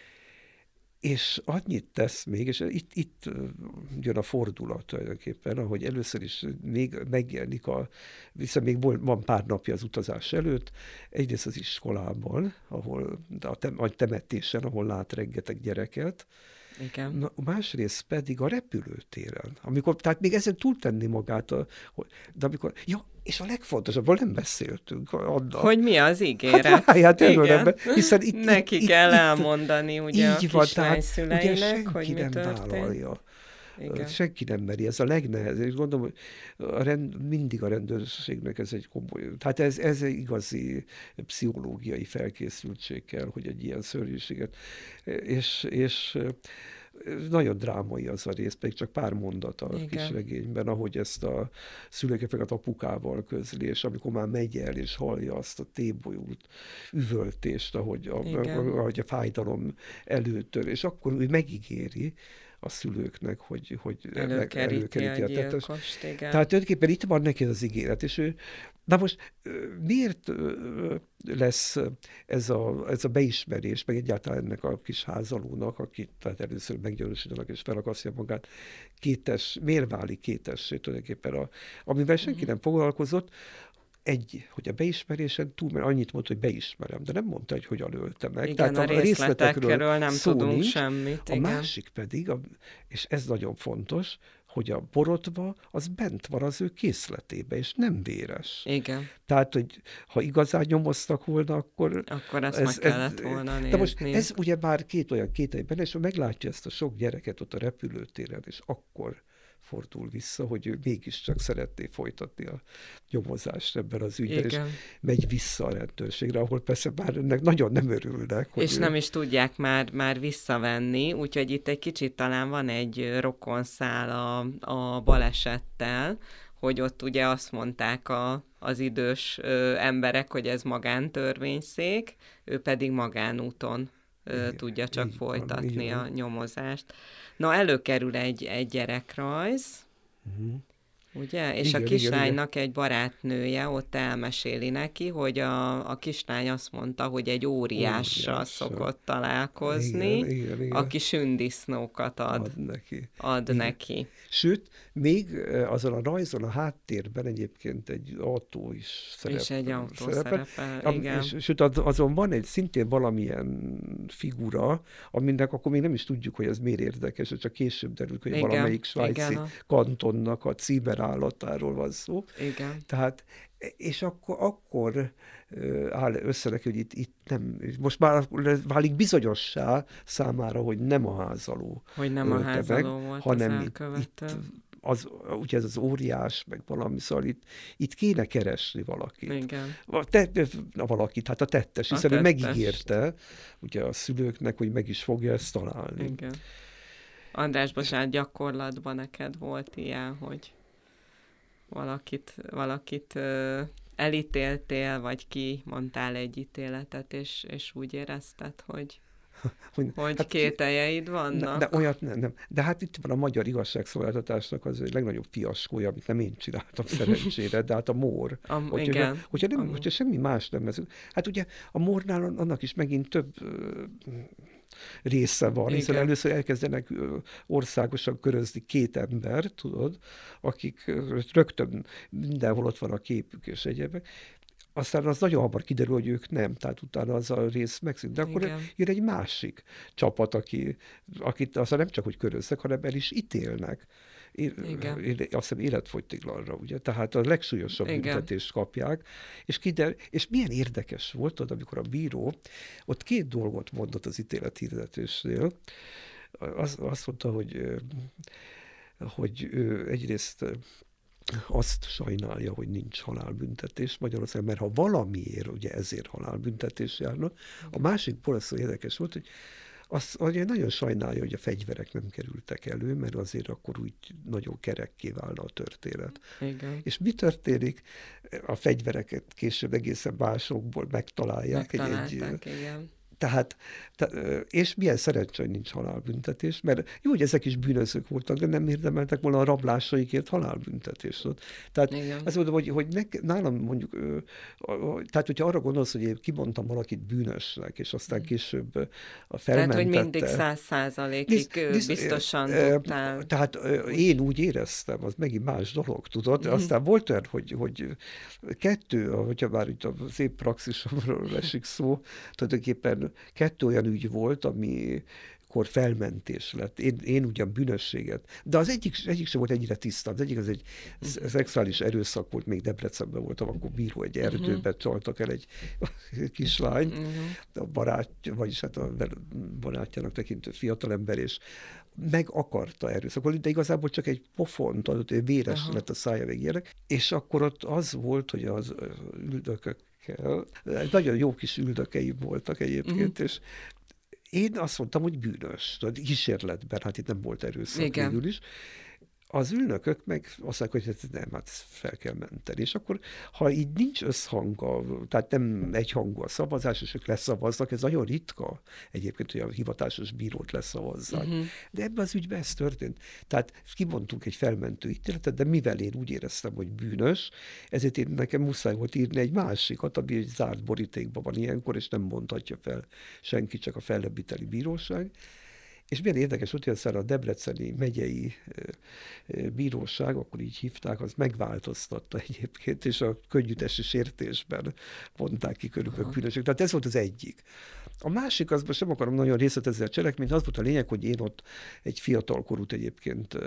Speaker 2: És annyit tesz még, és itt, itt jön a fordulat tulajdonképpen, ahogy először is még megjelenik, a, hiszen még van pár napja az utazás előtt, egyrészt az iskolában, ahol a, tem, a temetésen, ahol lát rengeteg gyereket,
Speaker 1: igen.
Speaker 2: Na, másrészt pedig a repülőtéren, amikor, tehát még ezen túltenni magát, a, de amikor, ja, és a legfontosabbról nem beszéltünk. Annak.
Speaker 1: Hogy mi az ígéret?
Speaker 2: Hát, hát nem, hiszen itt,
Speaker 1: neki
Speaker 2: itt,
Speaker 1: kell
Speaker 2: itt,
Speaker 1: elmondani ugye a kislány szüleinek, hogy mi
Speaker 2: nem
Speaker 1: történt.
Speaker 2: Vállalja.
Speaker 1: Igen.
Speaker 2: Senki nem meri, ez a legnehezebb. És gondolom, hogy a rend, mindig a rendőrségnek ez egy komoly... Tehát ez, ez egy igazi pszichológiai felkészültség kell, hogy egy ilyen szörnyűséget... És, és nagyon drámai az a rész, pedig csak pár mondat a Igen. kis regényben, ahogy ezt a szülőket meg a apukával közli, és amikor már megy el, és hallja azt a tébolyult üvöltést, ahogy a, ahogy a fájdalom előtör, és akkor ő megígéri a szülőknek, hogy, hogy
Speaker 1: előkeríti a, a gyilkost.
Speaker 2: Tehát tulajdonképpen itt van neki az ígéret, és ő, na most miért lesz ez a, ez a beismerés, meg egyáltalán ennek a kis házalónak, akit tehát először meggyanúsítanak és felakasztja magát, kétes, miért válik kétessé tulajdonképpen, a, amivel senki uh-huh. nem foglalkozott, egy, hogy a beismerésen túl, mert annyit mondta, hogy beismerem, de nem mondta, hogy hogyan ölte meg.
Speaker 1: Igen,
Speaker 2: Tehát
Speaker 1: a, a részletekről nem tudunk nincs. semmit.
Speaker 2: A igen. másik pedig, a, és ez nagyon fontos, hogy a borotva az bent van az ő készletébe, és nem véres.
Speaker 1: Igen.
Speaker 2: Tehát, hogy ha igazán nyomoztak volna, akkor...
Speaker 1: Akkor ezt ez, meg kellett ez, volna nézni.
Speaker 2: De most ez ugye már két olyan kételyben, és meglátja ezt a sok gyereket ott a repülőtéren, és akkor fordul vissza, hogy ő mégiscsak szeretné folytatni a nyomozást ebben az ügyben, és megy vissza a rendőrségre, ahol persze már ennek nagyon nem örülnek.
Speaker 1: És
Speaker 2: ő...
Speaker 1: nem is tudják már, már visszavenni, úgyhogy itt egy kicsit talán van egy rokonszál a, a balesettel, hogy ott ugye azt mondták a, az idős ö, emberek, hogy ez magántörvényszék, ő pedig magánúton Igen, tudja csak folytatni van, a nyomozást. Na, előkerül egy, egy gyerekrajz, uh-huh. ugye? És igen, a kislánynak igen, egy barátnője ott elmeséli neki, hogy a, a kislány azt mondta, hogy egy óriással Óriás. szokott találkozni, igen, igen, igen. aki sündisznókat ad, ad neki. Ad neki.
Speaker 2: Sőt, még azon a rajzon a háttérben egyébként egy autó is szerepel.
Speaker 1: És egy autó szerepel, szerepel igen.
Speaker 2: És, sőt, azon van egy szintén valamilyen figura, aminek akkor még nem is tudjuk, hogy ez miért érdekes, csak később derül, hogy igen, valamelyik svájci igen. kantonnak a címerállatáról van szó.
Speaker 1: Igen.
Speaker 2: Tehát, és akkor, akkor áll össze neki, hogy itt, itt nem, most már válik bizonyossá számára, hogy nem a házaló
Speaker 1: Hogy nem a házaló meg, volt hanem az elkövető. Itt,
Speaker 2: az, ugye ez az óriás, meg valami, szóval itt, itt kéne keresni valakit.
Speaker 1: Igen.
Speaker 2: Te, valakit, hát a tettes, hiszen a ő megígérte ugye a szülőknek, hogy meg is fogja ezt találni.
Speaker 1: Igen. András, bocsánat, gyakorlatban neked volt ilyen, hogy valakit, valakit ö, elítéltél, vagy ki mondtál egy ítéletet, és, és úgy érezted, hogy, hogy, hogy hát, kételjeid vannak?
Speaker 2: De, de olyat nem, nem. De hát itt van a magyar igazságszolgáltatásnak az egy legnagyobb fiaskója, amit nem én csináltam szerencsére, de hát a mór.
Speaker 1: A,
Speaker 2: hogyha,
Speaker 1: igen.
Speaker 2: Hogyha, nem, hogyha semmi más nem ez. Hát ugye a mórnál annak is megint több része van, hiszen Igen. először elkezdenek országosan körözni két ember, tudod, akik rögtön mindenhol ott van a képük és egyébek. aztán az nagyon hamar kiderül, hogy ők nem, tehát utána az a rész megszűnt. De akkor
Speaker 1: Igen.
Speaker 2: jön egy másik csapat, aki, akit aztán nem csak, hogy köröznek, hanem el is ítélnek. Én, én azt hiszem életfogytiglanra, ugye? Tehát a legsúlyosabb
Speaker 1: Igen.
Speaker 2: büntetést kapják, és, kider, és milyen érdekes volt, tudod, amikor a bíró ott két dolgot mondott az ítélethirdetésnél. Az, azt mondta, hogy, hogy ő egyrészt azt sajnálja, hogy nincs halálbüntetés Magyarországon, mert ha valamiért, ugye ezért halálbüntetés járna, a másik borzasztó érdekes volt, hogy azt ugye nagyon sajnálja, hogy a fegyverek nem kerültek elő, mert azért akkor úgy nagyon kerekké válna a történet.
Speaker 1: Igen.
Speaker 2: És mi történik? A fegyvereket később egészen másokból megtalálják.
Speaker 1: Megtalálták,
Speaker 2: egy, egy,
Speaker 1: igen.
Speaker 2: Tehát, te, és milyen szerencsé, hogy nincs halálbüntetés, mert jó, hogy ezek is bűnözők voltak, de nem érdemeltek volna a rablásaikért halálbüntetést. Tehát igen. Azt mondom, hogy, hogy ne, nálam mondjuk, ö, ö, tehát hogyha arra gondolsz, hogy én kimondtam valakit bűnösnek, és aztán később felmentette.
Speaker 1: Tehát, hogy mindig száz százalékig biztosan ö, tudtál.
Speaker 2: Tehát ö, én úgy éreztem, az megint más dolog, tudod? De aztán volt olyan, hogy, hogy kettő, hogyha már itt az épp praxisomról esik szó, tulajdonképpen kettő olyan ügy volt, amikor felmentés lett. Én, én ugyan bűnösséget. De az egyik, egyik sem volt ennyire tiszta. Az egyik az egy uh-huh. szexuális erőszak volt, még Debrecenben voltam, akkor bíró egy erdőben uh-huh. csaltak el egy kislányt, uh-huh. a barátja, vagyis hát a barátjának tekintő fiatalember, és meg akarta erőszakolni, de igazából csak egy pofont adott, hogy véres uh-huh. lett a szája végének, és akkor ott az volt, hogy az üldökök nagyon jó kis üldökeim voltak egyébként, mm. és én azt mondtam, hogy bűnös. Kísérletben, hát itt nem volt erőszak végül is. Az ülnökök meg azt mondják, hogy nem, hát fel kell menteni. És akkor, ha így nincs összhang, a, tehát nem egyhangú a szavazás, és ők leszavaznak, ez nagyon ritka egyébként, hogy a hivatásos bírót leszavazzák. Uh-huh. De ebben az ügyben ez történt. Tehát kimondtunk egy felmentő ítéletet, de mivel én úgy éreztem, hogy bűnös, ezért én nekem muszáj volt írni egy másikat, ami egy zárt borítékban van ilyenkor, és nem mondhatja fel senki, csak a fellebbviteli bíróság. És milyen érdekes, hogy aztán a debreceni megyei bíróság, akkor így hívták, az megváltoztatta egyébként, és a könnyűtesi sértésben mondták ki körülbelül bűnösök. Tehát ez volt az egyik. A másik, az most nem akarom nagyon részletezni a cselekményt, az volt a lényeg, hogy én ott egy fiatalkorút egyébként,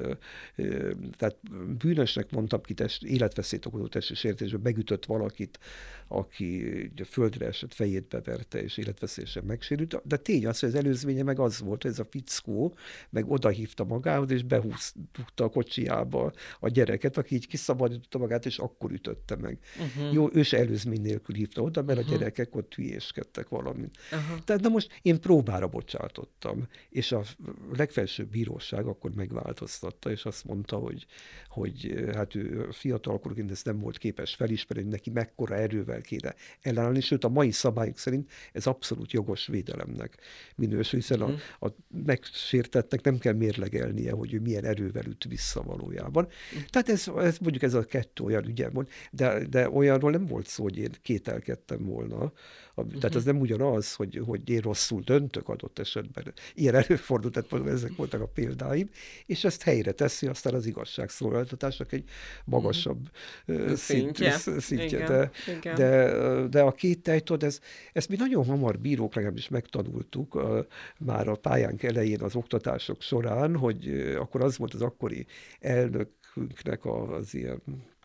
Speaker 2: tehát bűnösnek mondtam ki test, életveszélyt okozó testi sértésben, megütött valakit, aki a földre esett, fejét beverte, és életveszélyesen megsérült. De tény az, hogy az előzménye meg az volt, hogy ez a fickó meg odahívta magához, és behúzta a kocsiába a gyereket, aki így kiszabadította magát, és akkor ütötte meg. Uh-huh. Jó, ő se előzmény nélkül hívta oda, mert uh-huh. a gyerekek ott hülyéskedtek valamit. Uh-huh. Tehát na most én próbára bocsátottam, és a legfelsőbb bíróság akkor megváltoztatta, és azt mondta, hogy, hogy hát ő fiatalkorúként ezt nem volt képes felismerni, hogy neki mekkora erővel kéne ellenállni, sőt a mai szabályok szerint ez abszolút jogos védelemnek minősül, hiszen uh-huh. a, a megsértettek nem kell mérlegelnie, hogy ő milyen erővel üt vissza valójában. Uh-huh. Tehát ez, ez mondjuk ez a kettő olyan ügyem volt, de, de olyanról nem volt szó, hogy én kételkedtem volna. A, uh-huh. Tehát az nem ugyanaz, hogy, hogy én rosszul döntök adott esetben. Ilyen előfordult, tehát ezek voltak a példáim, és ezt helyre teszi aztán az igazságszolgáltatásnak egy magasabb uh-huh. szintje. szintje. Igen, de, igen. De, de a két tejtod, ez, ezt mi nagyon hamar bírók legalábbis megtanultuk a, már a pályánk elején az oktatások során, hogy akkor az volt az akkori elnökünknek az ilyen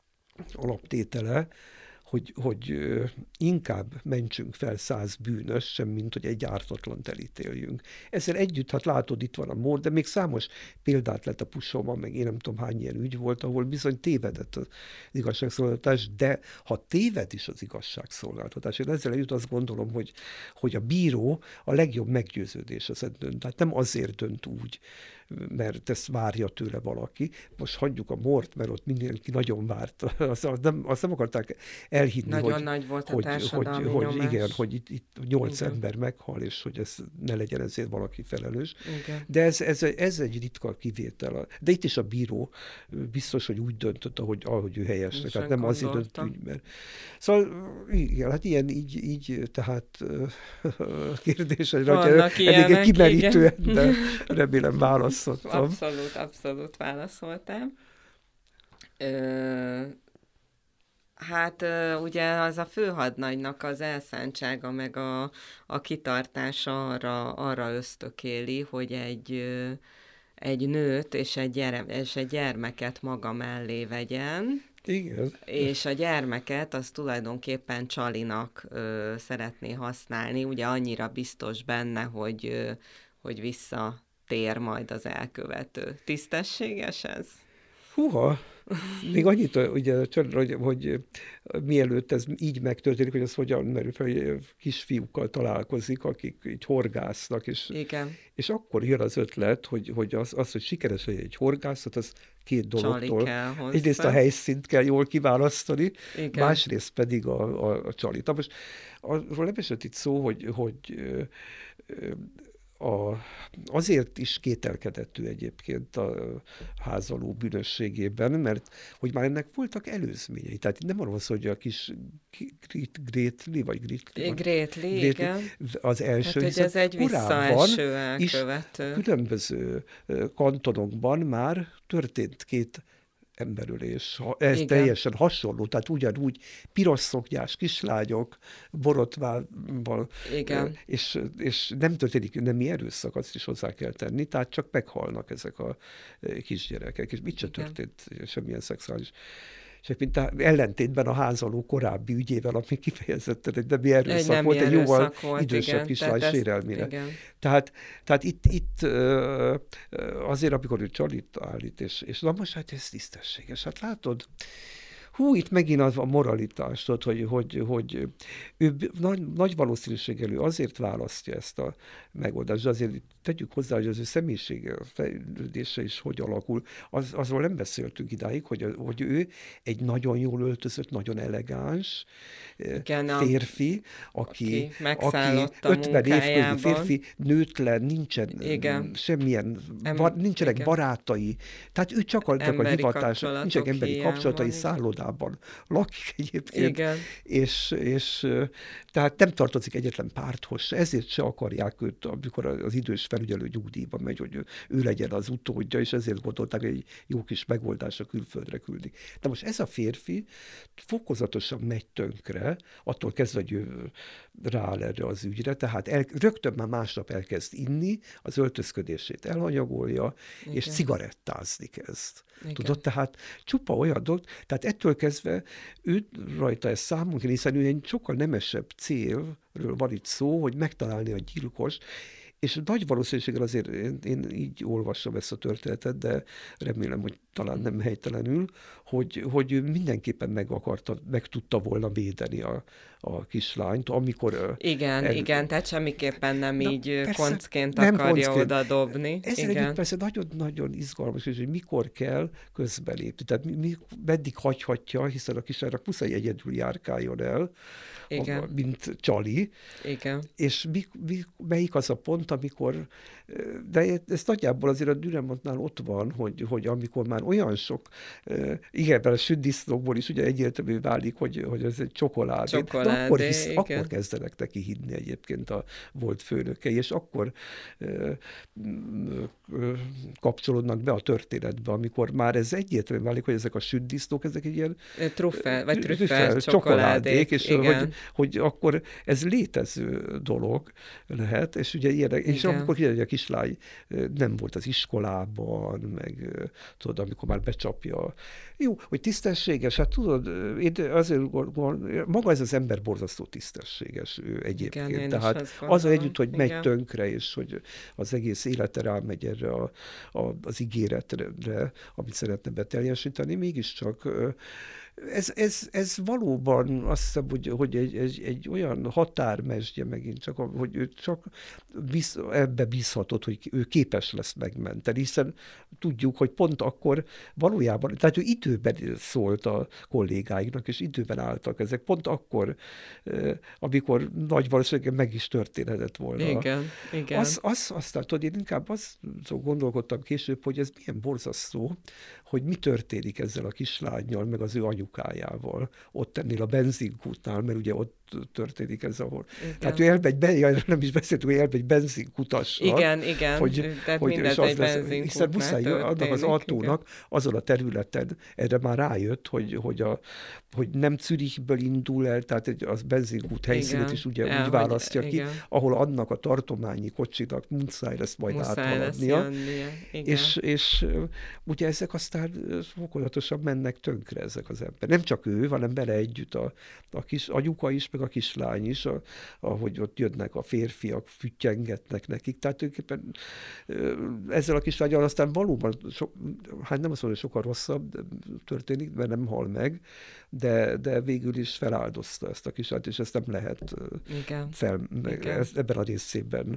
Speaker 2: alaptétele, hogy, hogy inkább mentsünk fel száz bűnös, sem mint hogy egy ártatlant elítéljünk. Ezzel együtt, hát látod, itt van a mód, de még számos példát lett a pusoma, meg én nem tudom hány ilyen ügy volt, ahol bizony tévedett az igazságszolgáltatás, de ha téved is az igazságszolgáltatás, én ezzel együtt azt gondolom, hogy, hogy a bíró a legjobb meggyőződés az dönt. Tehát nem azért dönt úgy, mert ezt várja tőle valaki. Most hagyjuk a mort, mert ott mindenki nagyon várt. Azt, azt, nem, azt nem akarták elhinni,
Speaker 1: nagyon
Speaker 2: hogy,
Speaker 1: nagy volt a
Speaker 2: hogy,
Speaker 1: társadalmi
Speaker 2: hogy,
Speaker 1: nyomás.
Speaker 2: hogy igen, hogy itt, itt nyolc igen. ember meghal, és hogy ez ne legyen ezért valaki felelős. Igen. De ez, ez, ez egy ritka kivétel. De itt is a bíró biztos, hogy úgy döntött, ahogy, ahogy ő helyesnek. Tehát nem azért dönt úgy, mert... Szóval igen, hát ilyen így, így tehát kérdésre, hogy elég kimerítően, de remélem válaszoltam.
Speaker 1: Abszolút, abszolút válaszoltam. Ö... Hát ugye az a főhadnagynak az elszántsága, meg a, a kitartása arra, arra ösztökéli, hogy egy, egy nőt és egy, gyere, és egy gyermeket maga mellé vegyen.
Speaker 2: Igen.
Speaker 1: És a gyermeket az tulajdonképpen Csalinak ö, szeretné használni, ugye annyira biztos benne, hogy, ö, hogy visszatér majd az elkövető. Tisztességes ez?
Speaker 2: Húha! Még annyit, ugye, hogy, hogy mielőtt ez így megtörténik, hogy az hogyan merül fel, hogy kisfiúkkal találkozik, akik így horgásznak, és,
Speaker 1: Igen.
Speaker 2: és akkor jön az ötlet, hogy, hogy az, az, hogy sikeres legyen egy horgászat, az két dologtól. Egyrészt a helyszínt kell jól kiválasztani, igen. Másrészt pedig a, a, a csalit. Most arról nem esett itt szó, hogy, hogy A, azért is kételkedett ő egyébként a házaló bűnösségében, mert hogy már ennek voltak előzményei. Tehát nem arról szól, hogy a kis Grétli, vagy Grétli,
Speaker 1: Grétli, igen.
Speaker 2: Az első,
Speaker 1: hát, hogy ez egy visszaeső elkövető.
Speaker 2: Különböző kantonokban már történt két emberölés. Ez
Speaker 1: igen.
Speaker 2: Teljesen hasonló, tehát ugyanúgy piros szoknyás kislányok, borotvával, és, és nem történik nemi erőszak, azt is hozzá kell tenni, tehát csak meghalnak ezek a kisgyerekek, és mit sem történt semmilyen szexuális. És mint ellentétben a házaló korábbi ügyével, ami kifejezetten egy nemi erőszak egy volt, egy jóval volt, idősebb igen, kislány sérelmére. Tehát, tehát itt, itt azért, amikor ő Csalit állít, és, és na most hát ez tisztességes. Hát látod, hú, itt megint az a moralitás, hogy, hogy, hogy ő nagy, nagy valószínűséggel ő azért választja ezt a megoldást, de azért tegyük hozzá, hogy az ő személyisége, fejlődése is hogy alakul. Az, azról nem beszéltünk idáig, hogy, hogy ő egy nagyon jól öltözött, nagyon elegáns igen, férfi, aki, aki ötven évközű férfi, nőtlen, nincsen igen. semmilyen, bar, nincsenek igen. barátai. Tehát ő csak a hivatás, nincsenek emberi kapcsolatai, szállodában lakik egyébként, igen. És, és tehát nem tartozik egyetlen párthoz, ezért se akarják őt, amikor az idős felügyelő nyugdíjban megy, hogy ő, ő legyen az utódja, és ezért gondolták, hogy egy jó kis megoldásra külföldre küldik. De most ez a férfi fokozatosan megy tönkre, attól kezdve, hogy ő rááll erre az ügyre, tehát el, rögtön már másnap elkezd inni, az öltözködését elhanyagolja, igen. és cigarettázni kezd. Igen. Tudod, tehát csupa olyan dolog, tehát ettől kezdve ő rajta ez számunk, hiszen ő egy sokkal nemesebb célről van itt szó, hogy megtalálni a gyilkost, és nagy valószínűséggel azért én, én így olvasom ezt a történetet, de remélem, hogy talán nem helytelenül, hogy, hogy mindenképpen meg akarta, meg tudta volna védeni a, a kislányt, amikor...
Speaker 1: Igen, el... igen, tehát semmiképpen nem Na, így persze, koncként nem akarja koncként. Oda dobni.
Speaker 2: Ez egyébként persze nagyon-nagyon izgalmas, hogy mikor kell közbelépni, tehát mi, mi, meddig hagyhatja, hiszen a kislánynak muszáj egyedül járkáljon el, igen. A, mint Csali, igen. És mi, mi, melyik az a pont, amikor, de ez nagyjából azért a Dürrenmattnál ott van, hogy, hogy amikor már olyan sok, igen, mert a sündisznókból is ugye egyértelmű válik, hogy, hogy ez egy csokoládé, csokoládé akkor, hisz, akkor kezdenek neki hinni egyébként a volt főnökei, és akkor ö, ö, kapcsolódnak be a történetbe, amikor már ez egyértelmű válik, hogy ezek a sündisznók, ezek egy ilyen
Speaker 1: truffel, vagy trüffel csokoládék,
Speaker 2: és hogy, hogy akkor ez létező dolog lehet, és ugye ilyen, és amikor kiderül, hogy a kislány nem volt az iskolában, meg tudod, amikor már becsapja. Jó, hogy tisztességes, hát tudod, én azért maga ez az ember borzasztó tisztességes ő egyébként. Igen, tehát az együtt, hogy megy igen. tönkre, és hogy az egész élete rámegy erre a, a, az ígéretre, amit szeretne beteljesíteni, mégiscsak Ez, ez, ez valóban azt hiszem, hogy, hogy egy, egy, egy olyan határmesdje megint csak, hogy ő csak bizt, ebbe bízhatott, hogy ő képes lesz megmenteni, hiszen tudjuk, hogy pont akkor valójában, tehát ő időben szólt a kollégáiknak, és időben álltak ezek, pont akkor, amikor nagy valószínűleg meg is történhetett volna.
Speaker 1: Igen, igen.
Speaker 2: Az, az, aztán tudod, én inkább azt gondolkodtam később, hogy ez milyen borzasztó, hogy mi történik ezzel a kislánnyal, meg az ő anyukájával, ott ennél a benzinkútnál, mert ugye ott történik ez, ahol.
Speaker 1: Igen.
Speaker 2: Tehát ő elmegy, be, nem is beszéltünk, hogy elmegy benzinkutasra.
Speaker 1: Igen, igen,
Speaker 2: hogy,
Speaker 1: tehát
Speaker 2: hogy,
Speaker 1: mindez egy benzinkútnál
Speaker 2: hiszen muszáj annak az autónak igen. azon a területen, erre már rájött, hogy, hogy, a, hogy nem Zürichből indul el, tehát az benzinkút helyszínet is ugye ja, úgy választja hogy, ki, igen. ahol annak a tartományi kocsinak muszáj lesz majd áthaladnia. És, és ugye ezek aztán fokozatosan mennek tönkre ezek az emberek. Nem csak ő, hanem vele együtt a, a kis anyuka is, meg a kislány is, a, ahogy ott jönnek a férfiak, füttyengetnek nekik. Tehát tulajdonképpen ezzel a kislányal aztán valóban, so, hát nem azt mondom, hogy sokkal rosszabb történik, mert nem hal meg, de, de végül is feláldozta ezt a kislányt, és ezt nem lehet Igen. Fel, Igen. Ez, ebben a részében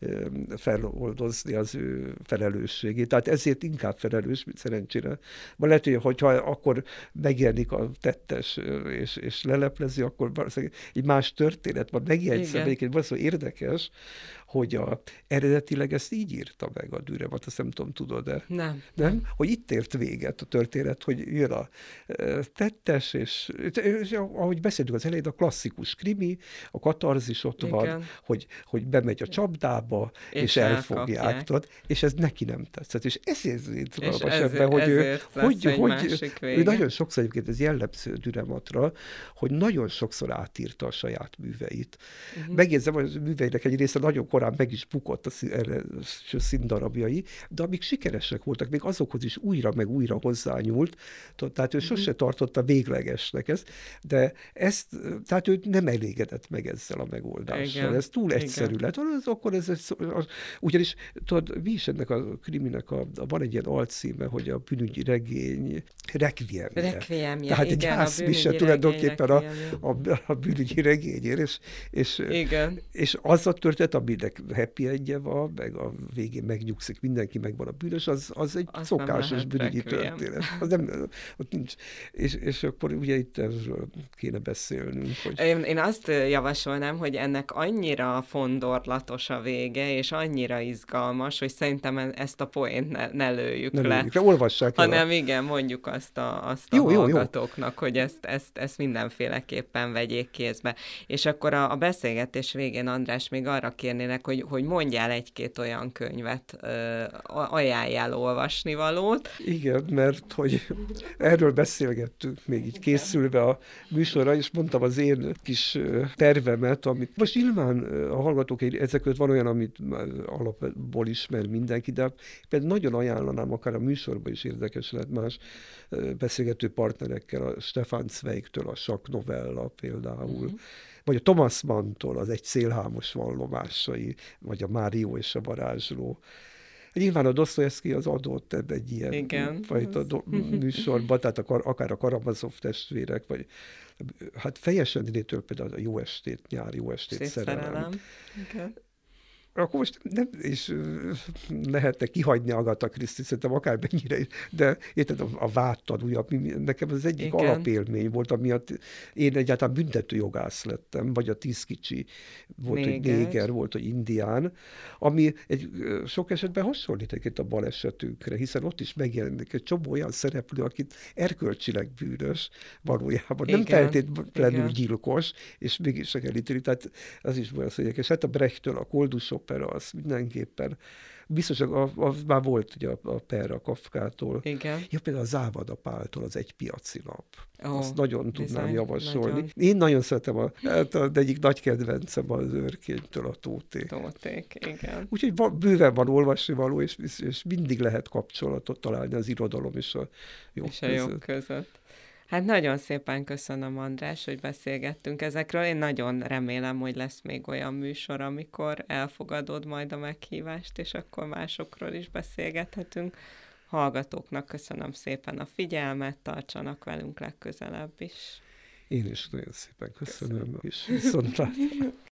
Speaker 2: feloldozni az ő felelősségét. Tehát ezért inkább felelős, mint szerencsére. Ma lehet, hogy hogyha akkor megjelenik a tettes, és, és leleplezi, akkor valószínűleg egy más történet van. Megjegyzem, egyébként valószínűleg érdekes, hogy a, eredetileg ezt így írta meg a Dürrenmatt, azt nem tudom, tudod-e?
Speaker 1: Nem.
Speaker 2: Nem? Hogy itt ért véget a történet, hogy jön a tettes, és, és ahogy beszéltünk az elején, a klasszikus krimi, a katarzis ott Igen. van, hogy, hogy bemegy a csapdába, és, és elfogják, tudod, és ez neki nem tetszett. És ezért izgalmas ebben, hogy ő, hogy, hogy ő nagyon sokszor, egyébként ez jellemző Dürrenmattra, hogy nagyon sokszor átírta a saját műveit. Uh-huh. Megjegyzem, hogy a műveinek egy része nagyon korán meg is bukott a színdarabjai, de amik sikeresek voltak, még azokhoz is újra meg újra hozzányúlt, tehát ő mm-hmm. sose tartotta véglegesnek ezt, de ezt, tehát ő nem elégedett meg ezzel a megoldással. Igen. Ez túl egyszerű lett. Az, akkor ez, ez az, ugyanis tudod, mi is ennek a kriminek a, a, van egy ilyen alcíme, hogy a bűnügyi regény requiemje.
Speaker 1: Requiemje,
Speaker 2: tehát
Speaker 1: igen,
Speaker 2: egy házmise tulajdonképpen a, a, a bűnügyi regényér, és, és, és az a történet, aminek happy endje van, meg a végén megnyugszik mindenki, megvan a bűnös, az, az egy az szokásos bűnügyi történet. Az nem, ott nincs. És, és akkor ugye itt erről kéne beszélnünk. Hogy...
Speaker 1: Én, én azt javasolnám, hogy ennek annyira fondorlatos a vége, és annyira izgalmas, hogy szerintem ezt a poént ne, ne lőjük ne le.
Speaker 2: Lőjük le, olvassák el.
Speaker 1: Hanem igen, mondjuk azt a, azt a jó, hallgatóknak, jó, jó. hogy ezt, ezt, ezt mindenféleképpen vegyék kézbe. És akkor a, a beszélgetés végén, András, még arra kérnének, hogy, hogy mondjál egy-két olyan könyvet, ajánljál olvasnivalót.
Speaker 2: Igen, mert hogy erről beszélgettünk még így készülve a műsorra, és mondtam az én kis tervemet, amit most nyilván a hallgatók, ezek között van olyan, amit alapból ismer mindenki, de például nagyon ajánlanám, akár a műsorban is érdekes lehet más beszélgető partnerekkel, a Stefan Zweigtől a Sakk novella például, mm-hmm. vagy a Thomas Manntól az Egy szélhámos vallomásai, vagy a Mário és a varázsló. Nyilván a Dosztojevszkij az adott ebben egy ilyen Igen. fajta do- műsorban, tehát a, akár a Karamazov testvérek, vagy hát Fejes Endrétől például a Jó estét, nyár, Jó estét, Szép szerelem. szerelem. Okay. Akkor most nem is lehetne kihagyni Agatha Christie, szerintem akármennyire is, de érted, a, a vádtanúja, nekem az egyik Igen. alapélmény volt, amiatt én egyáltalán büntetőjogász lettem, vagy a Tíz kicsi volt, hogy néger, volt, hogy indián, ami egy sok esetben hasonlít egyébként a balesetünkre, hiszen ott is megjelenik egy csomó olyan szereplő, akit erkölcsileg bűnös valójában, Igen. nem feltétlenül Igen. gyilkos, és mégis elítélik, tehát az is olyan szó, és hát a Brechttől a Koldus opera, az mindenképpen biztos, az már volt ugye a, a Per a Kafkától.
Speaker 1: Igen.
Speaker 2: Ja, például a Závada Páltól az Egy piaci nap.
Speaker 1: Oh,
Speaker 2: azt nagyon
Speaker 1: bizony,
Speaker 2: tudnám javasolni. Nagyon. Én nagyon szeretem, a, hát az egyik nagy kedvencem az Őrkénytől a Tóték.
Speaker 1: Tóték, igen.
Speaker 2: Úgyhogy van, bőven van olvasnivaló, és, és mindig lehet kapcsolatot találni az irodalom és a jog
Speaker 1: és között. a jog között. Hát nagyon szépen köszönöm, András, hogy beszélgettünk ezekről. Én nagyon remélem, hogy lesz még olyan műsor, amikor elfogadod majd a meghívást, és akkor másokról is beszélgethetünk. Hallgatóknak köszönöm szépen a figyelmet, tartsanak velünk legközelebb is.
Speaker 2: Én is nagyon szépen köszönöm, köszönöm. És viszontlátásra.